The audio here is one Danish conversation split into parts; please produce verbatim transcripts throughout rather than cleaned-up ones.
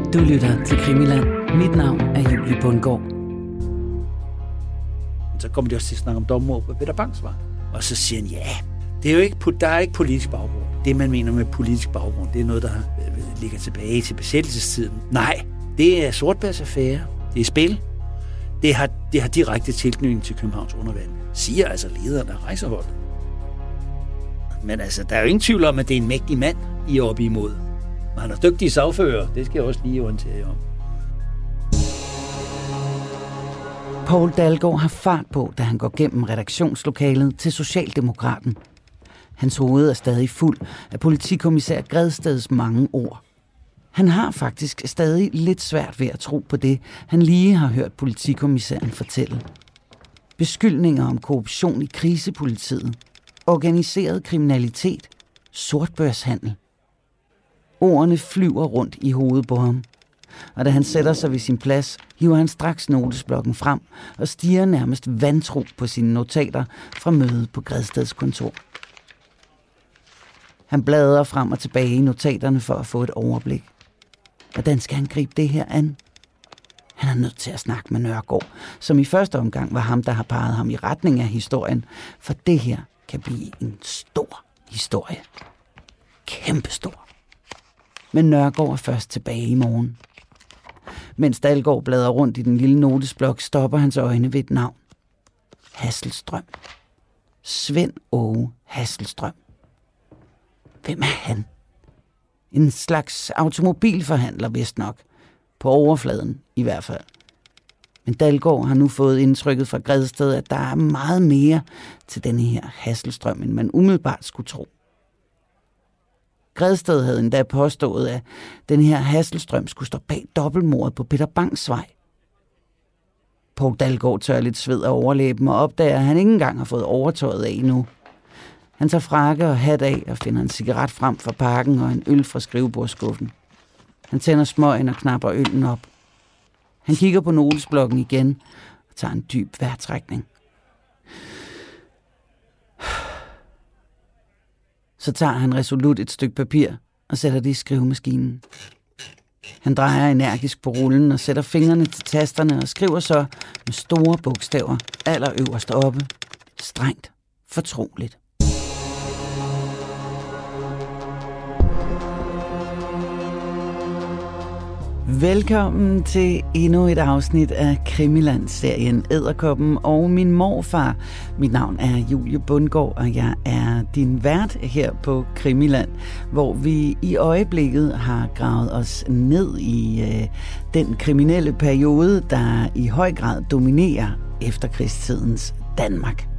Du lytter til Krimiland. Mit navn er Julie Bundgaard. Så kommer de også til at snakke om dommer på Peter Bangs Vej. Og så siger han, ja, det er jo ikke, der er ikke politisk baggrund. Det, man mener med politisk baggrund, det er noget, der ligger tilbage til besættelsestiden. Nej, det er Sortbærsaffære. Det er spil. Det har, det har direkte tilknytning til Københavns undervand, siger altså lederen af rejseholdet. Men altså, der er jo ingen tvivl om, at det er en mægtig mand, I er oppe imod. Men han er dygtig sagfører. Det skal jeg også lige orientere jer om. Poul Dalgaard har fart på, da han går gennem redaktionslokalet til Socialdemokraten. Hans hoved er stadig fuld af politikommissær Gredsteds mange ord. Han har faktisk stadig lidt svært ved at tro på det, han lige har hørt politikommissæren fortælle. Beskyldninger om korruption i krisepolitiet, organiseret kriminalitet, sortbørshandel. Ordene flyver rundt i hovedet på ham. Og da han sætter sig ved sin plads, hiver han straks notesblokken frem og stiger nærmest vantro på sine notater fra mødet på Gredsteds kontor. Han bladrer frem og tilbage i notaterne for at få et overblik. Hvordan skal han gribe det her an? Han er nødt til at snakke med Nørgaard, som i første omgang var ham, der har peget ham i retning af historien, for det her kan blive en stor historie. Kæmpestor. Men Nørgaard er først tilbage i morgen. Mens Dalgaard bladrer rundt i den lille notesblok, stopper hans øjne ved et navn. Hasselstrøm. Svend Åge Hasselstrøm. Hvem er han? En slags automobilforhandler, vist nok. På overfladen i hvert fald. Men Dalgaard har nu fået indtrykket fra Gredsted, at der er meget mere til denne her Hasselstrøm, end man umiddelbart skulle tro. Gredsted havde endda påstået, at den her Hasselstrøm skulle stå bag dobbeltmordet på Peter Bangs Vej. Poul Dalgaard tør lidt sved af overlæben og opdager, at han ikke engang har fået overtøjet af endnu. Han tager frakke og hat af og finder en cigaret frem fra pakken og en øl fra skrivebordskuffen. Han tænder smøgen og knapper øllen op. Han kigger på notesblokken igen og tager en dyb vejrtrækning. Så tager han resolut et stykke papir og sætter det i skrivemaskinen. Han drejer energisk på rullen og sætter fingrene til tasterne og skriver så med store bogstaver allerøverst oppe. Strengt fortroligt. Velkommen til endnu et afsnit af Krimiland-serien Edderkoppen og min morfar. Mit navn er Julie Bundgaard, og jeg er din vært her på Krimiland, hvor vi i øjeblikket har gravet os ned i øh, den kriminelle periode, der i høj grad dominerer efterkrigstidens Danmark.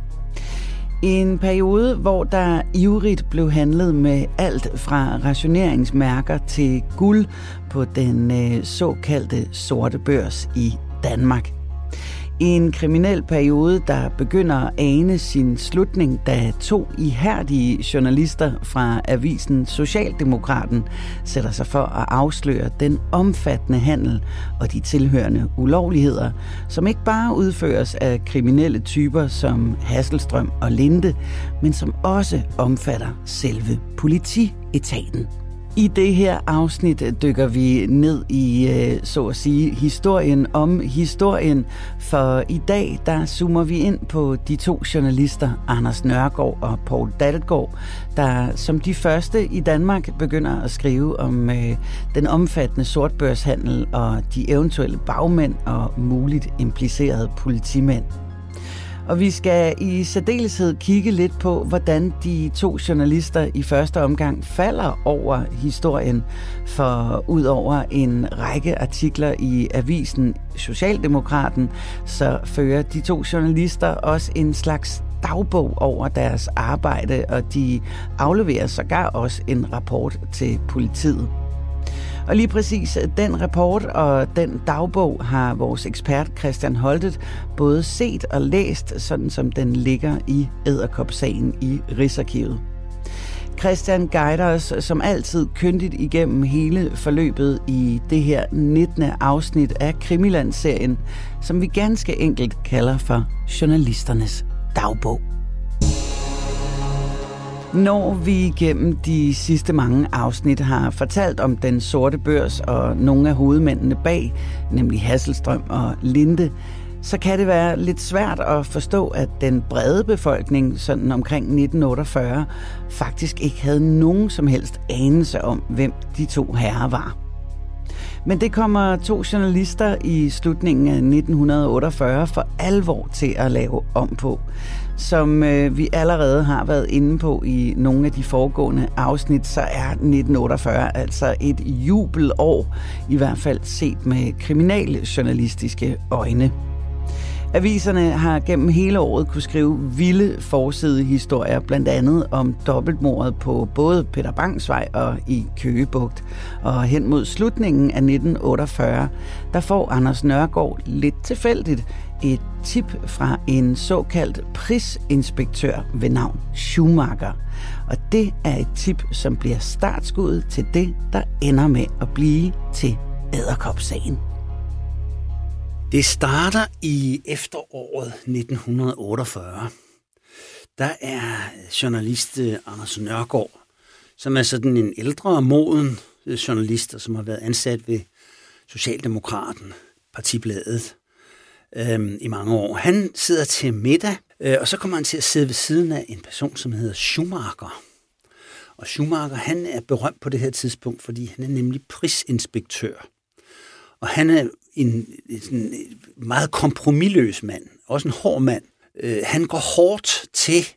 En periode, hvor der ivrigt blev handlet med alt fra rationeringsmærker til guld på den øh, såkaldte sorte børs i Danmark. En kriminel periode, der begynder at ane sin slutning, da to ihærdige journalister fra avisen Socialdemokraten sætter sig for at afsløre den omfattende handel og de tilhørende ulovligheder, som ikke bare udføres af kriminelle typer som Hasselstrøm og Linde, men som også omfatter selve politietaten. I det her afsnit dykker vi ned i, så at sige, historien om historien, for i dag der zoomer vi ind på de to journalister, Anders Nørgaard og Poul Dalgaard, der som de første i Danmark begynder at skrive om øh, den omfattende sortbørshandel og de eventuelle bagmænd og muligt implicerede politimænd. Og vi skal i særdeleshed kigge lidt på, hvordan de to journalister i første omgang falder over historien, for ud over en række artikler i avisen Socialdemokraten, så fører de to journalister også en slags dagbog over deres arbejde, og de afleverer sågar også en rapport til politiet. Og lige præcis den rapport og den dagbog har vores ekspert Christian Holtet både set og læst, sådan som den ligger i Edderkop-sagen i Rigsarkivet. Christian guider os som altid kyndigt igennem hele forløbet i det her nittende afsnit af Krimiland-serien, som vi ganske enkelt kalder for journalisternes dagbog. Når vi igennem de sidste mange afsnit har fortalt om den sorte børs og nogle af hovedmændene bag, nemlig Hasselstrøm og Linde, så kan det være lidt svært at forstå, at den brede befolkning sådan omkring nitten otteogfyrre faktisk ikke havde nogen som helst anelse om, hvem de to herrer var. Men det kommer to journalister i slutningen af nitten otteogfyrre for alvor til at lave om på. Som øh, vi allerede har været inde på i nogle af de foregående afsnit, så er nitten otteogfyrre altså et jubelår, i hvert fald set med kriminaljournalistiske øjne. Aviserne har gennem hele året kunne skrive vilde forsidehistorier, blandt andet om dobbeltmordet på både Peter Bangs Vej og i Køge Bugt. Og hen mod slutningen af nitten otteogfyrre, der får Anders Nørgaard lidt tilfældigt et tip fra en såkaldt prisinspektør ved navn Schumacher. Og det er et tip, som bliver startskuddet til det, der ender med at blive til Edderkop-sagen. Det starter i efteråret nitten otteogfyrre. Der er journalist Anders Nørgaard, som er sådan en ældre og moden journalist, som har været ansat ved Socialdemokraten, partibladet, øhm, i mange år. Han sidder til middag, øh, og så kommer han til at sidde ved siden af en person, som hedder Schumacher. Og Schumacher, han er berømt på det her tidspunkt, fordi han er nemlig prisinspektør. Og han er en, en meget kompromisløs mand, også en hård mand. Øh, han går hårdt til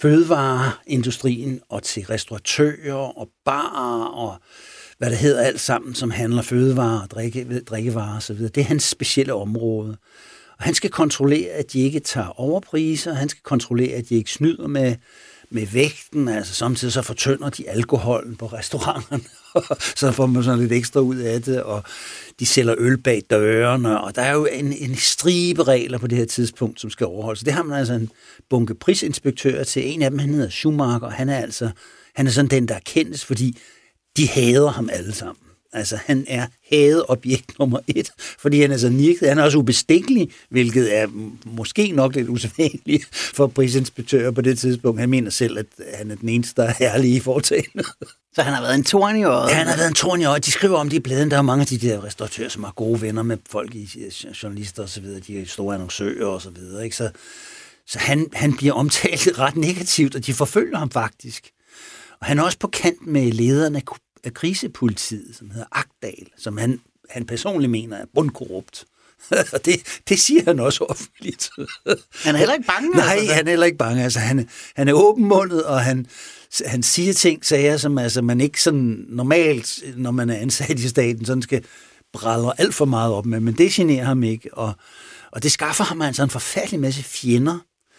fødevareindustrien og til restauratører og barer og hvad det hedder alt sammen, som handler fødevarer, drikke, drikkevarer osv. Det er hans specielle område. Og han skal kontrollere, at de ikke tager overpriser, han skal kontrollere, at de ikke snyder med, med vægten, altså samtidig så fortynder de alkoholen på restauranterne, så får man sådan lidt ekstra ud af det, og de sælger øl bag dørene, og der er jo en, en stribe regler på det her tidspunkt, som skal overholdes. Så det har man altså en bunke prisinspektører til. En af dem, han hedder Schumacher, han er altså han er sådan den, der kendes, fordi de hader ham alle sammen. Altså, han er hadet objekt nummer et, fordi han er så nirket. Han er også ubestikkelig, hvilket er måske nok lidt usædvanligt for prisinspektører på det tidspunkt. Han mener selv, at han er den eneste, der er herlig i foretagendet. Så han har været en torn i øjet? Ja, han har været en torn i øjet. De skriver om det i bladen. Der er mange af de der restauratører, som har gode venner med folk, i journalister og så videre. De er store annoncører og så videre. Ikke? Så, så han, han bliver omtalt ret negativt, og de forfølger ham faktisk. Og han er også på kant med lederne af krisepolitiet, som hedder Akdal, som han, han personligt mener er bundkorrupt. Og det, det siger han også offentligt. Han er heller ikke bange? Nej, altså. Han er heller ikke bange. Altså, han, han er åbenmundet, og han, han siger ting, sager, som altså, man ikke sådan normalt, når man er ansat i staten, sådan skal brælle alt for meget op med, men det generer ham ikke, og, og det skaffer ham altså en forfærdelig masse fjender.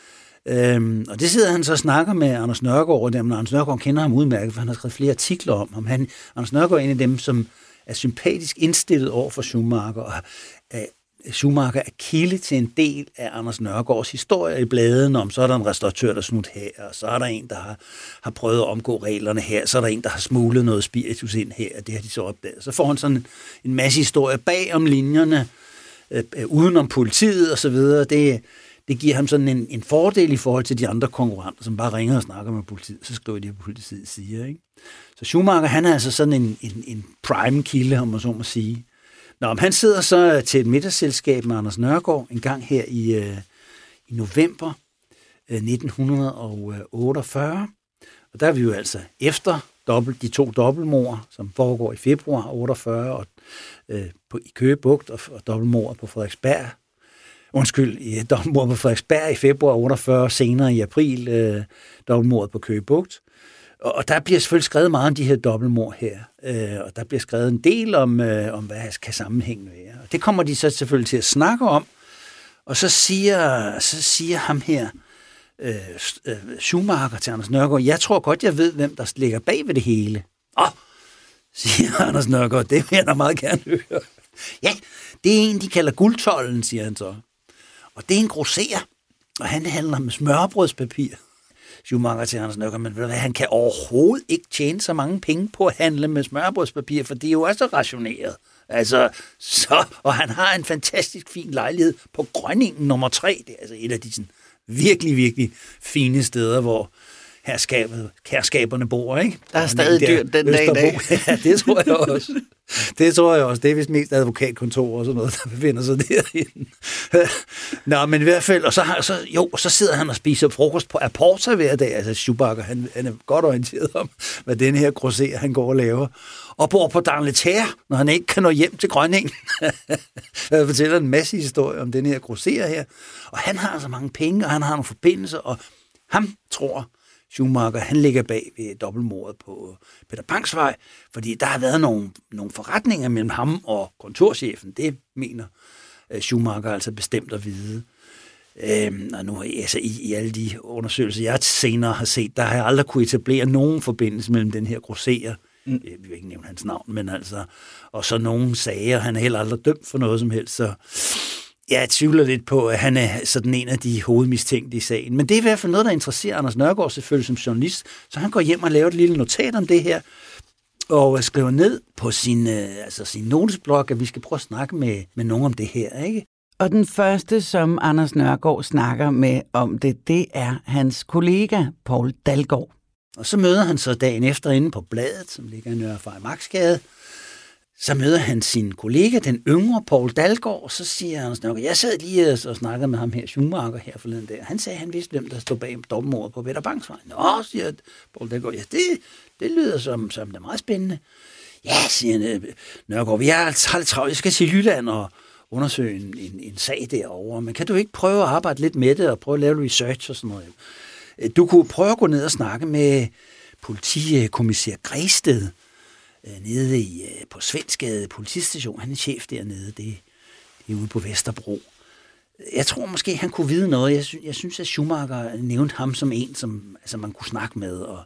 Øhm, og det sidder han så og snakker med Anders Nørgaard, og Anders Nørgaard kender ham udmærket, for han har skrevet flere artikler om ham. Han, Anders Nørgaard er en af dem, som er sympatisk indstillet over for Schumacher, og øh, Schumacher er kilde til en del af Anders Nørgaards historie i bladene om, så er der en restauratør, der snut her, og så er der en, der har, har prøvet at omgå reglerne her, så er der en, der har smuglet noget spiritus ind her, og det har de så opdaget. Så får han sådan en, en masse historier bag om linjerne, øh, øh, uden om politiet og så videre. Det Det giver ham sådan en, en fordel i forhold til de andre konkurrenter, som bare ringer og snakker med politiet, så skriver de, at politiet siger. Ikke? Så Schumacher, han er altså sådan en, en, en prime kilde, om man så må sige. Nå, om han sidder så til et middagsselskab med Anders Nørgaard en gang her i, øh, i november øh, nitten otteogfyrre. Og der er vi jo altså efter dobbelt, de to dobbeltmord, som foregår i februar otteogfyrre, og, øh, på, i Køge Bugt, og, og dobbeltmord på Frederiksberg. Undskyld, i dobbeltmordet på Frederiksberg i februar otteogfyrre, senere i april øh, dobbeltmordet på Køge Bugt. Og, og der bliver selvfølgelig skrevet meget om de her dobbeltmord her, øh, og der bliver skrevet en del om, øh, om hvad kan sammenhængen være. Og det kommer de så selvfølgelig til at snakke om, og så siger, så siger ham her, øh, øh, Schumacher til Anders Nørgaard, jeg tror godt, jeg ved, hvem der ligger bag ved det hele. Åh, siger Anders Nørgaard, det vil jeg da meget gerne høre. Ja, det er en, de kalder guldtollen, siger han så. Og det er en grosserer, og han handler med smørbrødspapir. Schumacher til Anders Nørgaard, men ved du hvad, han kan overhovedet ikke tjene så mange penge på at handle med smørbrødspapir, for det er jo også rationeret. Altså, så, og han har en fantastisk fin lejlighed på Grønningen nummer tre. Det er altså et af de sådan, virkelig, virkelig fine steder, hvor herskabet, herskaberne bor, ikke? Der er stadig dyrt den dag i dag. Ja, det tror jeg også. Det tror jeg også. Det er vist mest advokatkontor og sådan noget, der befinder sig derinde. Nå, men i hvert fald, og så, har, så, jo, så sidder han og spiser frokost på Aporta hver dag. Altså Schumacher, han, han er godt orienteret om, hvad den her grosser, han går og laver. Og bor på D'Angleterre, når han ikke kan nå hjem til Grønningen. Jeg fortæller en masse historier om den her grosser her. Og han har så mange penge, og han har nogle forbindelser, og ham tror Schumacher, han ligger bag ved dobbeltmordet på Peter Bangs Vej, fordi der har været nogle, nogle forretninger mellem ham og kontorchefen. Det mener Schumacher altså bestemt at vide. Øhm, og nu altså, i, i alle de undersøgelser, jeg senere har set, der har jeg aldrig kunne etablere nogen forbindelse mellem den her grosser, mm. jeg vil ikke nævne hans navn, men altså, og så nogle sager, han er heller aldrig dømt for noget som helst, så jeg tvivler lidt på, at han er sådan en af de hovedmistænkte i sagen. Men det er i hvert fald noget, der interesserer Anders Nørgaard selvfølgelig som journalist, så han går hjem og laver et lille notat om det her, og skriver ned på sin, altså sin notesblok, at vi skal prøve at snakke med, med nogen om det her, ikke? Og den første, som Anders Nørgaard snakker med om det, det er hans kollega, Poul Dalgaard. Og så møder han så dagen efter inde på Bladet, som ligger i Nørre Farimagsgade. Så møder han sin kollega, den yngre Poul Dalgaard, og så siger Anders Nørgaard, jeg sad lige og snakkede med ham her, Schumacher, her forleden dag. Han sagde, at han vidste, hvem der stod bag dobbeltmordet på Peter Bangs Vej. Nå, siger Poul Dalgaard, ja, det, det lyder som, som det er meget spændende. Ja, siger Nørgaard, vi er altså lidt travlt, jeg skal til Jylland og undersøge en, en, en sag derovre, men kan du ikke prøve at arbejde lidt med det og prøve at lave research og sådan noget? Du kunne prøve at gå ned og snakke med politikommissær Græsted, nede i, på Svenskade politistation. Han er chef dernede, det, det er ude på Vesterbro. Jeg tror måske, han kunne vide noget. Jeg, sy- jeg synes, at Schumacher nævnte ham som en, som altså, man kunne snakke med. Og,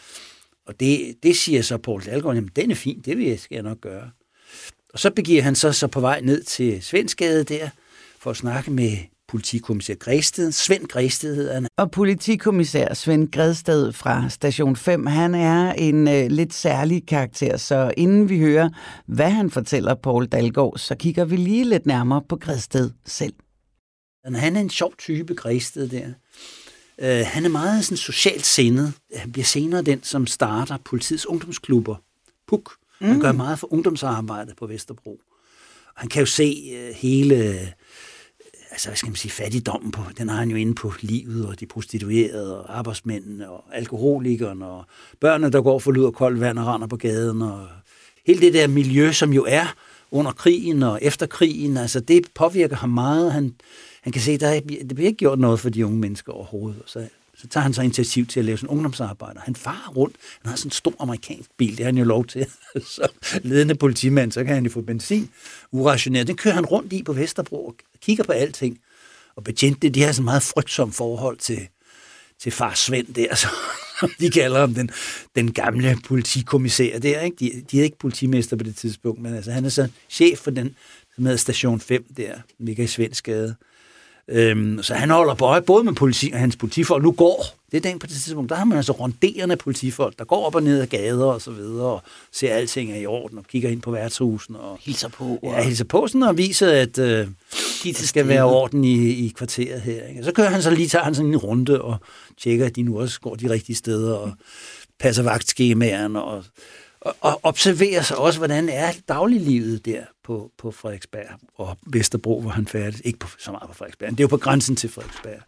og det, det siger så Poul Dalgaard, jamen den er fin, det vil jeg, skal jeg nok gøre. Og så begiver han så, så på vej ned til Svenskade der, for at snakke med politikommissær Græsted. Svend Græsted hedder han. Og politikommissær Svend Græsted fra Station fem, han er en øh, lidt særlig karakter, så inden vi hører, hvad han fortæller Poul Dalgaard, så kigger vi lige lidt nærmere på Græsted selv. Han er en sjov type, Græsted der. Uh, han er meget sådan, socialt sindet. Han bliver senere den, som starter politiets ungdomsklubber. P U K. Mm. Han gør meget for ungdomsarbejde på Vesterbro. Han kan jo se uh, hele... altså, hvad skal man sige, fattigdommen på, den har han jo inde på livet, og de prostituerede, og arbejdsmændene, og alkoholikerne, og børnene, der går for lud og koldt vand og render på gaden, og hele det der miljø, som jo er under krigen og efter krigen, altså det påvirker ham meget. Han, han kan se, at der, det bliver ikke gjort noget for de unge mennesker overhovedet, så, så tager han så initiativ til at lave sådan en ungdomsarbejder. Han farer rundt, han har sådan en stor amerikansk bil, det har han jo lov til, så ledende politimand, så kan han jo få benzin urationeret. Den kører han rundt i på Vesterbro og kigger på alting. Og betjente, de har så meget frygtsomt forhold til, til far Svend der, så, som de kalder ham, den, den gamle politikommissær der, ikke? De, de er ikke politimester på det tidspunkt, men altså, han er så chef for den, som hedder Station fem der, som ligger i Svenskade. Øhm, så han holder på øje både med politi og hans politifolk. Nu går, det er den på det tidspunkt, der har man altså ronderende politifolk, der går op og ned ad gader og så videre, og ser alting er i orden, og kigger ind på værtshusene, og hilser på. Ja, hilser på sådan, og viser, at øh, de skal være orden i, i kvarteret her. Ikke? Så kører han så lige, tager han sådan en runde, og tjekker, at de nu også går de rigtige steder, og passer vagtskemaerne, og og observerer sig også, hvordan er dagliglivet der på, på Frederiksberg og Vesterbro, hvor han færdes. Ikke på, så meget på Frederiksberg, det er jo på grænsen til Frederiksberg.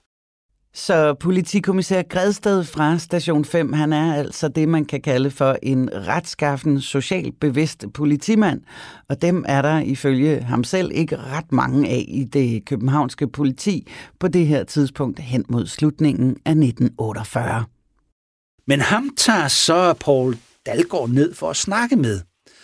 Så politikommissær Græsted fra Station fem, han er altså det, man kan kalde for en retskaffen, socialt bevidst politimand, og dem er der ifølge ham selv ikke ret mange af i det københavnske politi på det her tidspunkt hen mod slutningen af nitten otteogfyrre. Men ham tager så Poul Dalgaard ned for at snakke med.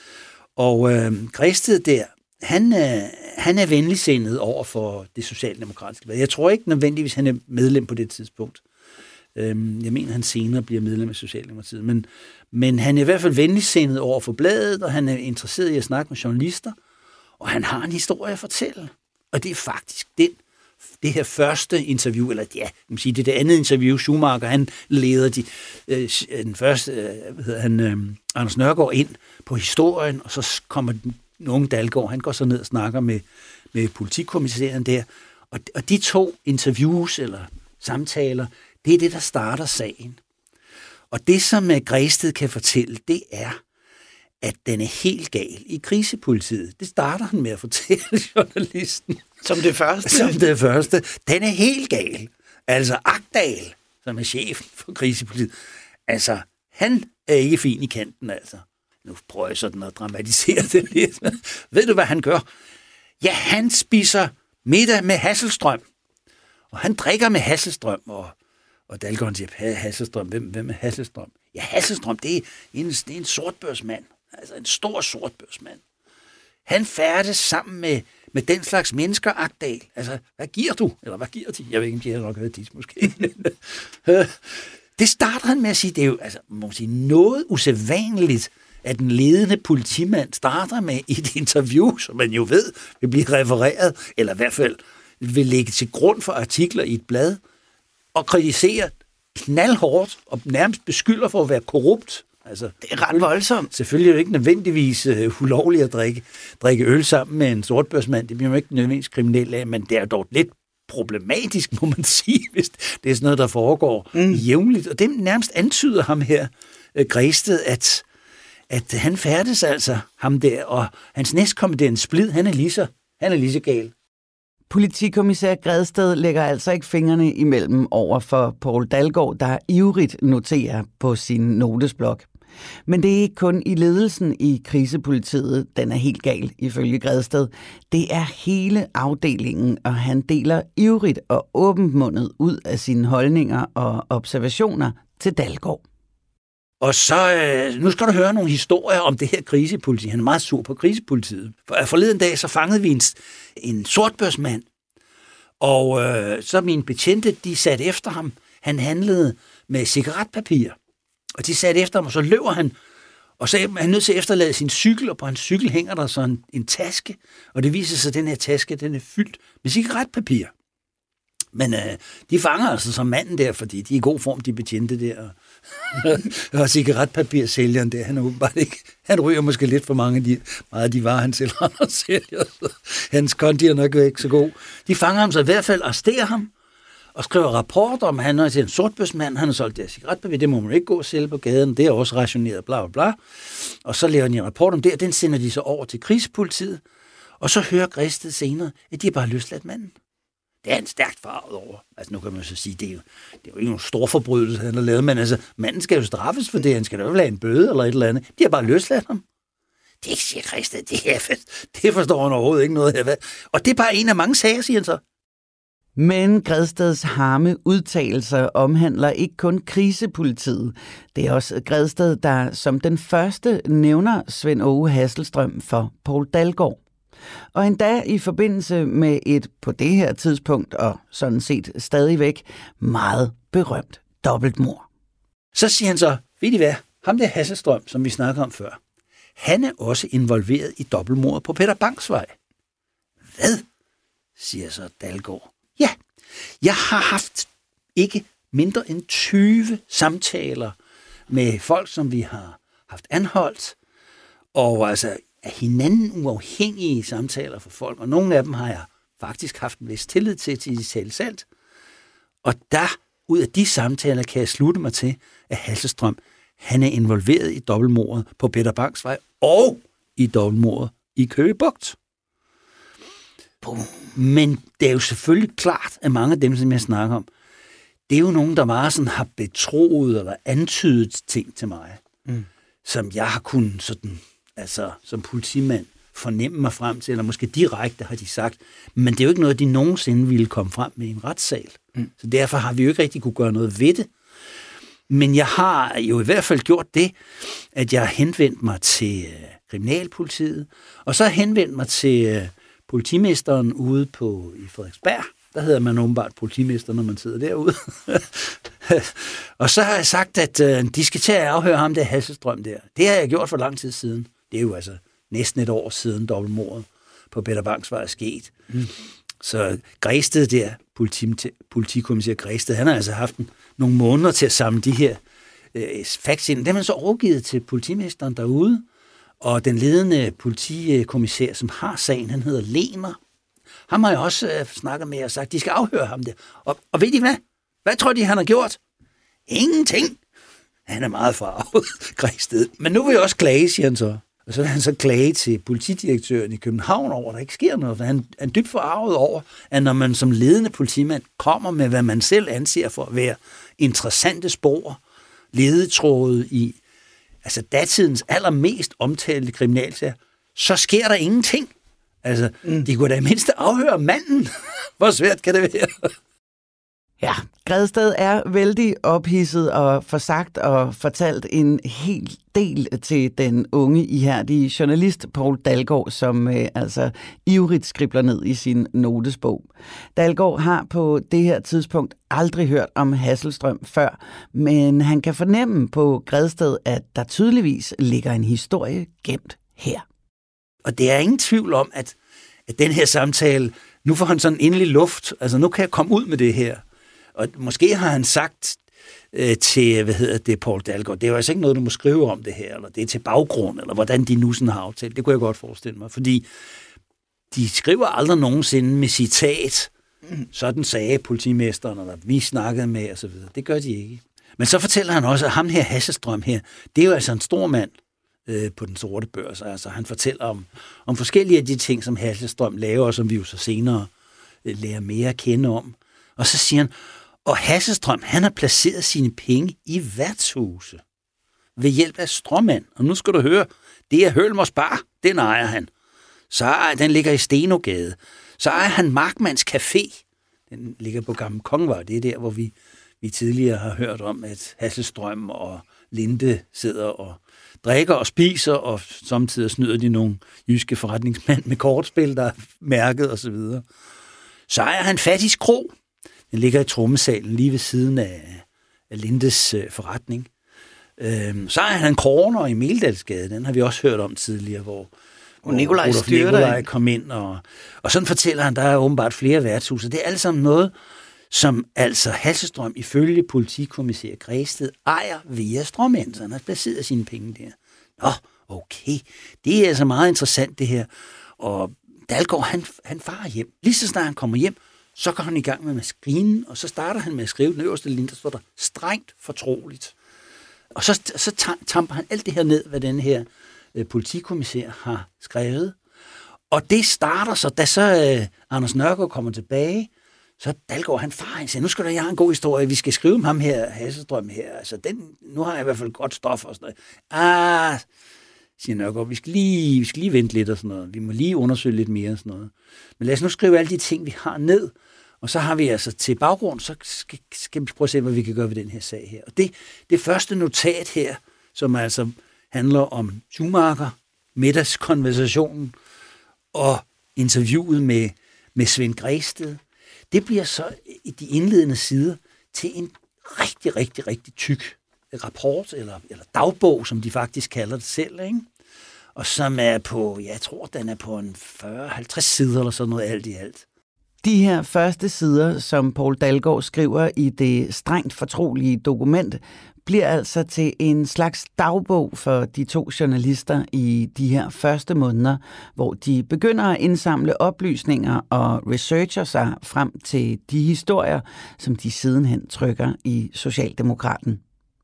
Og øh, Græsted der, han, øh, han er venligsindet over for det socialdemokratiske. Jeg tror ikke nødvendigvis, han er medlem på det tidspunkt. Øh, jeg mener, han senere bliver medlem af Socialdemokratiet. Men, men han er i hvert fald venligsindet over for bladet, og han er interesseret i at snakke med journalister. Og han har en historie at fortælle. Og det er faktisk den, det her første interview, eller ja, man sige, det er det andet interview, Schumacher, han leder de, øh, den første, øh, hvad hedder han, øh, Anders Nørgaard ind på historien, og så kommer den unge Dalgaard, han går så ned og snakker med, med politikommissæren der, og, og de to interviews, eller samtaler, det er det, der starter sagen. Og det, som Græsted kan fortælle, det er, at den er helt gal i krisepolitiet. Det starter han med at fortælle journalisten. Som det første? Som det første. Den er helt gal. Altså Akdal, som er chefen for krisepolitiet. Altså, han er ikke fin i kanten, altså. Nu prøver jeg sådan at dramatisere det lidt. Ved du, hvad han gør? Ja, han spiser middag med Hasselstrøm. Og han drikker med Hasselstrøm. Og, og Dalgaard siger, Hasselstrøm, hvem, hvem er Hasselstrøm? Ja, Hasselstrøm, det er en, det er en sortbørsmand. Altså en stor sortbørsmand. Han færdes sammen med, med den slags mennesker, Akdal. Altså, hvad giver du? Eller hvad giver de? Jeg ved ikke, om de har nok hørt dit, måske. Det starter han med at sige, det er jo altså, må sige, noget usædvanligt, at den ledende politimand starter med et interview, som man jo ved vil blive refereret, eller i hvert fald vil lægge til grund for artikler i et blad, og kritisere knaldhårdt og nærmest beskylder for at være korrupt. Altså, det er ret voldsomt. Selvfølgelig er det ikke nødvendigvis uh, ulovligt at drikke, drikke øl sammen med en sortbørsmand. Det bliver jo ikke nødvendigvis kriminelt af, men det er dog lidt problematisk, må man sige, hvis det er sådan noget, der foregår mm. jævnligt. Og det nærmest antyder ham her, uh, Græsted, at, at han færdes altså ham der, og hans næstkommanderende Splid, han er lige så, han er lige så gal. Politikommissær Græsted lægger altså ikke fingrene imellem over for Poul Dalgaard, der ivrigt noterer på sin notesblok. Men det er ikke kun i ledelsen i krisepolitiet, den er helt gal, ifølge Græsted. Det er hele afdelingen, og han deler ivrigt og åbenmundet ud af sine holdninger og observationer til Dalgaard. Og så, øh, nu skal du høre nogle historier om det her krisepoliti. Han er meget sur på krisepolitiet. For forleden dag, så fangede vi en, en sortbørsmand, og øh, så mine betjente, de satte efter ham. Han handlede med cigaretpapir, og de satte efter ham, og så løber han, og så er han nødt til at efterlade sin cykel, og på hans cykel hænger der sådan en, en taske, og det viser sig, at den her taske, den er fyldt med cigaretpapir. Men øh, de fanger altså som manden der, fordi de er i god form, de betjente der. Og cigaretpapirsælgeren der, han er åbenbart ikke, han ryger måske lidt for mange af de, meget af de varer, han sælger og sælger. Hans konti er nok ikke så god. De fanger ham så i hvert fald, arresterer ham, og skriver rapporter om, han er en sortbørsmand, han har solgt der cigaretpapir, det må man ikke gå og sælge på gaden, det er også rationeret, bla bla bla. Og så laver de en rapport om det, og den sender de så over til krisepolitiet, og så hører Græsted senere, at de har bare løsladt manden. Det er han stærkt farvet over. Altså nu kan man så sige, det er jo, det er jo ikke nogen stor forbrydelse, han har lavet, men altså, manden skal jo straffes for det, han skal da jo have en bøde eller et eller andet. De har bare løsladt ham. Det siger Græsted, det, er, det forstår han overhovedet ikke noget af. Og det er bare en af mange sager, siger han så. Men Græsteds harme udtalelser omhandler ikke kun krisepolitiet. Det er også Græsted, der som den første nævner Svend Åge Hasselstrøm for Poul Dalgaard. Og endda i forbindelse med et på det her tidspunkt, og sådan set stadigvæk, meget berømt dobbeltmord. Så siger han så, ved I hvad, ham der Hasselstrøm, som vi snakkede om før, han er også involveret i dobbeltmordet på Peter Bangs Vej. Hvad? Siger så Dalgaard. Ja, jeg har haft ikke mindre end tyve samtaler med folk, som vi har haft anholdt, og altså af hinanden uafhængige samtaler for folk, og nogle af dem har jeg faktisk haft en vis tillid til, til de taler sandt. Og der, ud af de samtaler, kan jeg slutte mig til, at Hasselstrøm, han er involveret i dobbeltmordet på Peter Bangs Vej, og i dobbeltmordet i Køge Bugt. Men det er jo selvfølgelig klart, at mange af dem, som jeg snakker om, det er jo nogen, der bare sådan har betroet eller antydet ting til mig, mm. som jeg har kunnet sådan, altså som politimand fornemme mig frem til, eller måske direkte har de sagt, men det er jo ikke noget, de nogensinde ville komme frem med i en retssal. Mm. Så derfor har vi jo ikke rigtig kunne gøre noget ved det. Men jeg har jo i hvert fald gjort det, at jeg har henvendt mig til øh, kriminalpolitiet, og så har jeg henvendt mig til øh, politimesteren ude på i Frederiksberg. Der hedder man åbenbart politimester, når man sidder derude. Og så har jeg sagt, at øh, de skal til at afhøre ham der Hasselstrøm der. Det har jeg gjort for lang tid siden. Det er jo altså næsten et år siden dobbeltmordet på Peter Bangs Vej er sket. Mm. Så Græsted der, politi- politikommissær Græsted, han har altså haft en, nogle måneder til at samle de her øh, facts ind. Det har man så overgivet til politimesteren derude, og den ledende politikommissær, som har sagen, han hedder Lener. Ham har jeg også øh, snakket med og sagt, de skal afhøre ham der. Og, og ved I hvad? Hvad tror de, han har gjort? Ingenting. Han er meget farvet, Græsted. Men nu vil jeg også klage, siger han så. Og så vil han så klage til politidirektøren i København over, at der ikke sker noget. For han er dybt forarvet over, at når man som ledende politimand kommer med, hvad man selv anser for at være interessante spor, ledetråde i altså datidens allermest omtalte kriminalsager, så sker der ingenting. Altså, mm. de kunne da i mindste afhøre manden. Hvor svært kan det være? Ja, Græsted er vældig ophidset og forsagt og fortalt en hel del til den unge, ihærdige journalist Poul Dalgaard, som øh, altså ivrigt skribler ned i sin notesbog. Dalgaard har på det her tidspunkt aldrig hørt om Hasselstrøm før, men han kan fornemme på Græsted, at der tydeligvis ligger en historie gemt her. Og det er ingen tvivl om, at, at den her samtale, nu får han sådan endelig luft, altså nu kan jeg komme ud med det her. Og måske har han sagt øh, til, hvad hedder det, Poul Dalgaard, det er jo altså ikke noget, du må skrive om det her, eller det er til baggrund, eller hvordan de nu sådan har aftalt. Det kunne jeg godt forestille mig, fordi de skriver aldrig nogensinde med citat, sådan sagde politimesteren, eller vi snakkede med, og så videre. Det gør de ikke. Men så fortæller han også, at ham her, Hasselstrøm her, det er jo altså en stor mand øh, på den sorte børs. Altså han fortæller om, om forskellige af de ting, som Hasselstrøm laver, og som vi jo så senere øh, lærer mere at kende om. Og så siger han, og Hasselstrøm, han har placeret sine penge i værtshuse ved hjælp af stråmand. Og nu skal du høre, det er Hølmers Bar, den ejer han. Så ejer, den ligger i Stenogade. Så ejer han Markmanns Café. Den ligger på Gammel Kongevej. Det er der, hvor vi, vi tidligere har hørt om, at Hasselstrøm og Linde sidder og drikker og spiser, og samtidig snyder de nogle jyske forretningsmænd med kortspil, der er mærket osv. Så, så ejer han Fattigs Kro. Den ligger i trommesalen lige ved siden af, af Lindes øh, forretning. Øhm, så er han en corner i Meldalsgade, den har vi også hørt om tidligere, hvor, hvor Nikolaj, Nikolaj kom ind. Og, og sådan fortæller han, der er åbenbart flere værtshuse. Det er alt sammen noget, som altså Hasselstrøm ifølge politikommissær Græsted ejer via stråmænd, så han har placeret sine penge der. Nå, okay. Det er altså meget interessant det her. Og Dalgaard, han, han farer hjem. Lige så snart han kommer hjem, så går han i gang med maskinen, og så starter han med at skrive den øverste linje, der står der strengt fortroligt. Og så, så tamper han alt det her ned, hvad den her øh, politikommissær har skrevet. Og det starter så, da så øh, Anders Nørgaard kommer tilbage, så Dalgaard, han far, han siger, nu skal der, jeg have en god historie, vi skal skrive om ham her, Hasselstrøm her, altså den, nu har jeg i hvert fald godt stof og sådan noget. Ah, siger Nørgaard, vi skal lige, vi skal lige vente lidt og sådan noget, vi må lige undersøge lidt mere og sådan noget. Men lad os nu skrive alle de ting, vi har ned, og så har vi altså til baggrund, så skal, skal vi prøve at se, hvad vi kan gøre ved den her sag her. Og det, det første notat her, som altså handler om Schumacher, middagskonversationen og interviewet med, med Svend Græsted, det bliver så i de indledende sider til en rigtig, rigtig, rigtig tyk rapport, eller, eller dagbog, som de faktisk kalder det selv, ikke? Og som er på, jeg tror, den er på en fyrre til halvtreds sider, eller sådan noget alt i alt. De her første sider, som Poul Dalgaard skriver i det strengt fortrolige dokument, bliver altså til en slags dagbog for de to journalister i de her første måneder, hvor de begynder at indsamle oplysninger og researcher sig frem til de historier, som de sidenhen trykker i Socialdemokraten.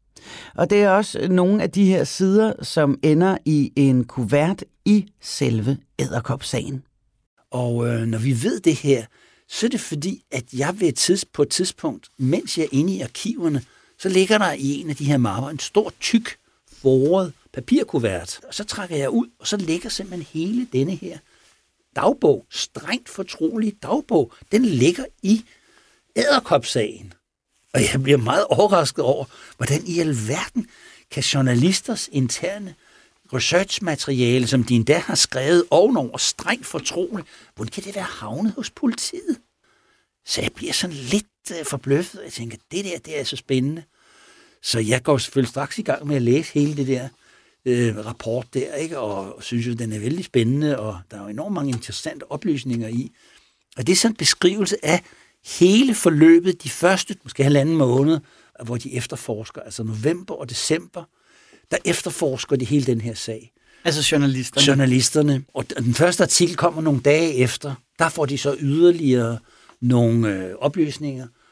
Og det er også nogle af de her sider, som ender i en kuvert i selve Edderkop-sagen. Og øh, når vi ved det her, så er det fordi, at jeg ved et tids, på et tidspunkt, mens jeg er inde i arkiverne, så ligger der i en af de her mapper en stor, tyk, foret papirkuvert. Og så trækker jeg ud, og så ligger simpelthen hele denne her dagbog, strengt fortrolig dagbog, den ligger i Edderkop-sagen. Og jeg bliver meget overrasket over, hvordan i alverden kan journalisters interne researchmateriale, som de endda har skrevet ovenover, strengt fortroligt, hvordan kan det være havnet hos politiet? Så jeg bliver sådan lidt uh, forbløffet, og jeg tænker, det der, det er så spændende. Så jeg går selvfølgelig straks i gang med at læse hele det der øh, rapport der, ikke? Og, og synes jo, den er vældig spændende, og der er jo enormt mange interessante oplysninger i. Og det er sådan en beskrivelse af hele forløbet, de første, måske halvanden måned, hvor de efterforsker, altså november og december, der efterforsker de hele den her sag. Altså journalisterne? Journalisterne. Og den første artikel kommer nogle dage efter. Der får de så yderligere nogle øh, oplysninger.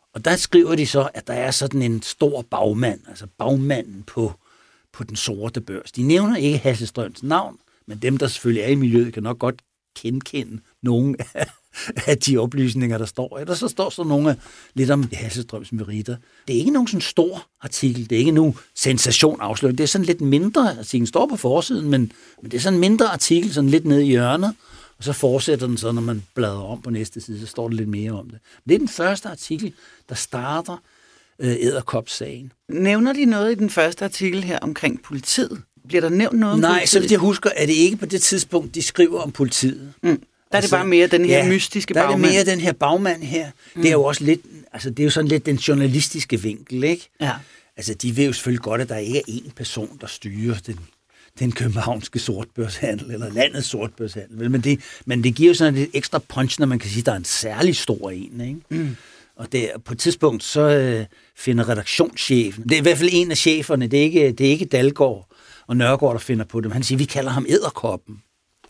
Og der skriver de så, at der er sådan en stor bagmand, altså bagmanden på, på den sorte børs. De nævner ikke Hasse Strøms navn, men dem, der selvfølgelig er i miljøet, kan nok godt kendkende nogle af de oplysninger, der står. Eller så står så nogle lidt om Hasse Strøms meritter. Det er ikke nogen sådan stor artikel, det er ikke nogen sensation afsløring. Det er sådan lidt mindre artikel. Den står på forsiden, men, men det er sådan en mindre artikel, sådan lidt nede i hjørnet. Og så fortsætter den så, når man bladrer om på næste side, så står der lidt mere om det. Men det er den første artikel, der starter øh, Edderkop-sagen. Nævner de noget i den første artikel her omkring politiet? Bliver der nævnt noget om Nej, politiet? så vidt jeg husker, er det ikke på det tidspunkt, de skriver om politiet. Mm. Der er altså, det bare mere den her ja, mystiske bagmand. bagmand. Der er det mere den her bagmand her. Mm. Det er jo også lidt, altså det er jo sådan lidt den journalistiske vinkel, ikke? Ja. Altså de ved jo selvfølgelig godt, at der ikke er én person, der styrer den, den københavnske sortbørshandel, eller landets sortbørshandel. Men det, men det giver jo sådan et ekstra punch, når man kan sige, at der er en særlig stor en, ikke? Mm. Og det, på et tidspunkt, så øh, finder redaktionschefen, det er i hvert fald en af cheferne, det er ikke, det er ikke Dalgaard og Nørgaard, der finder på dem. Han siger, vi kalder ham Edderkoppen.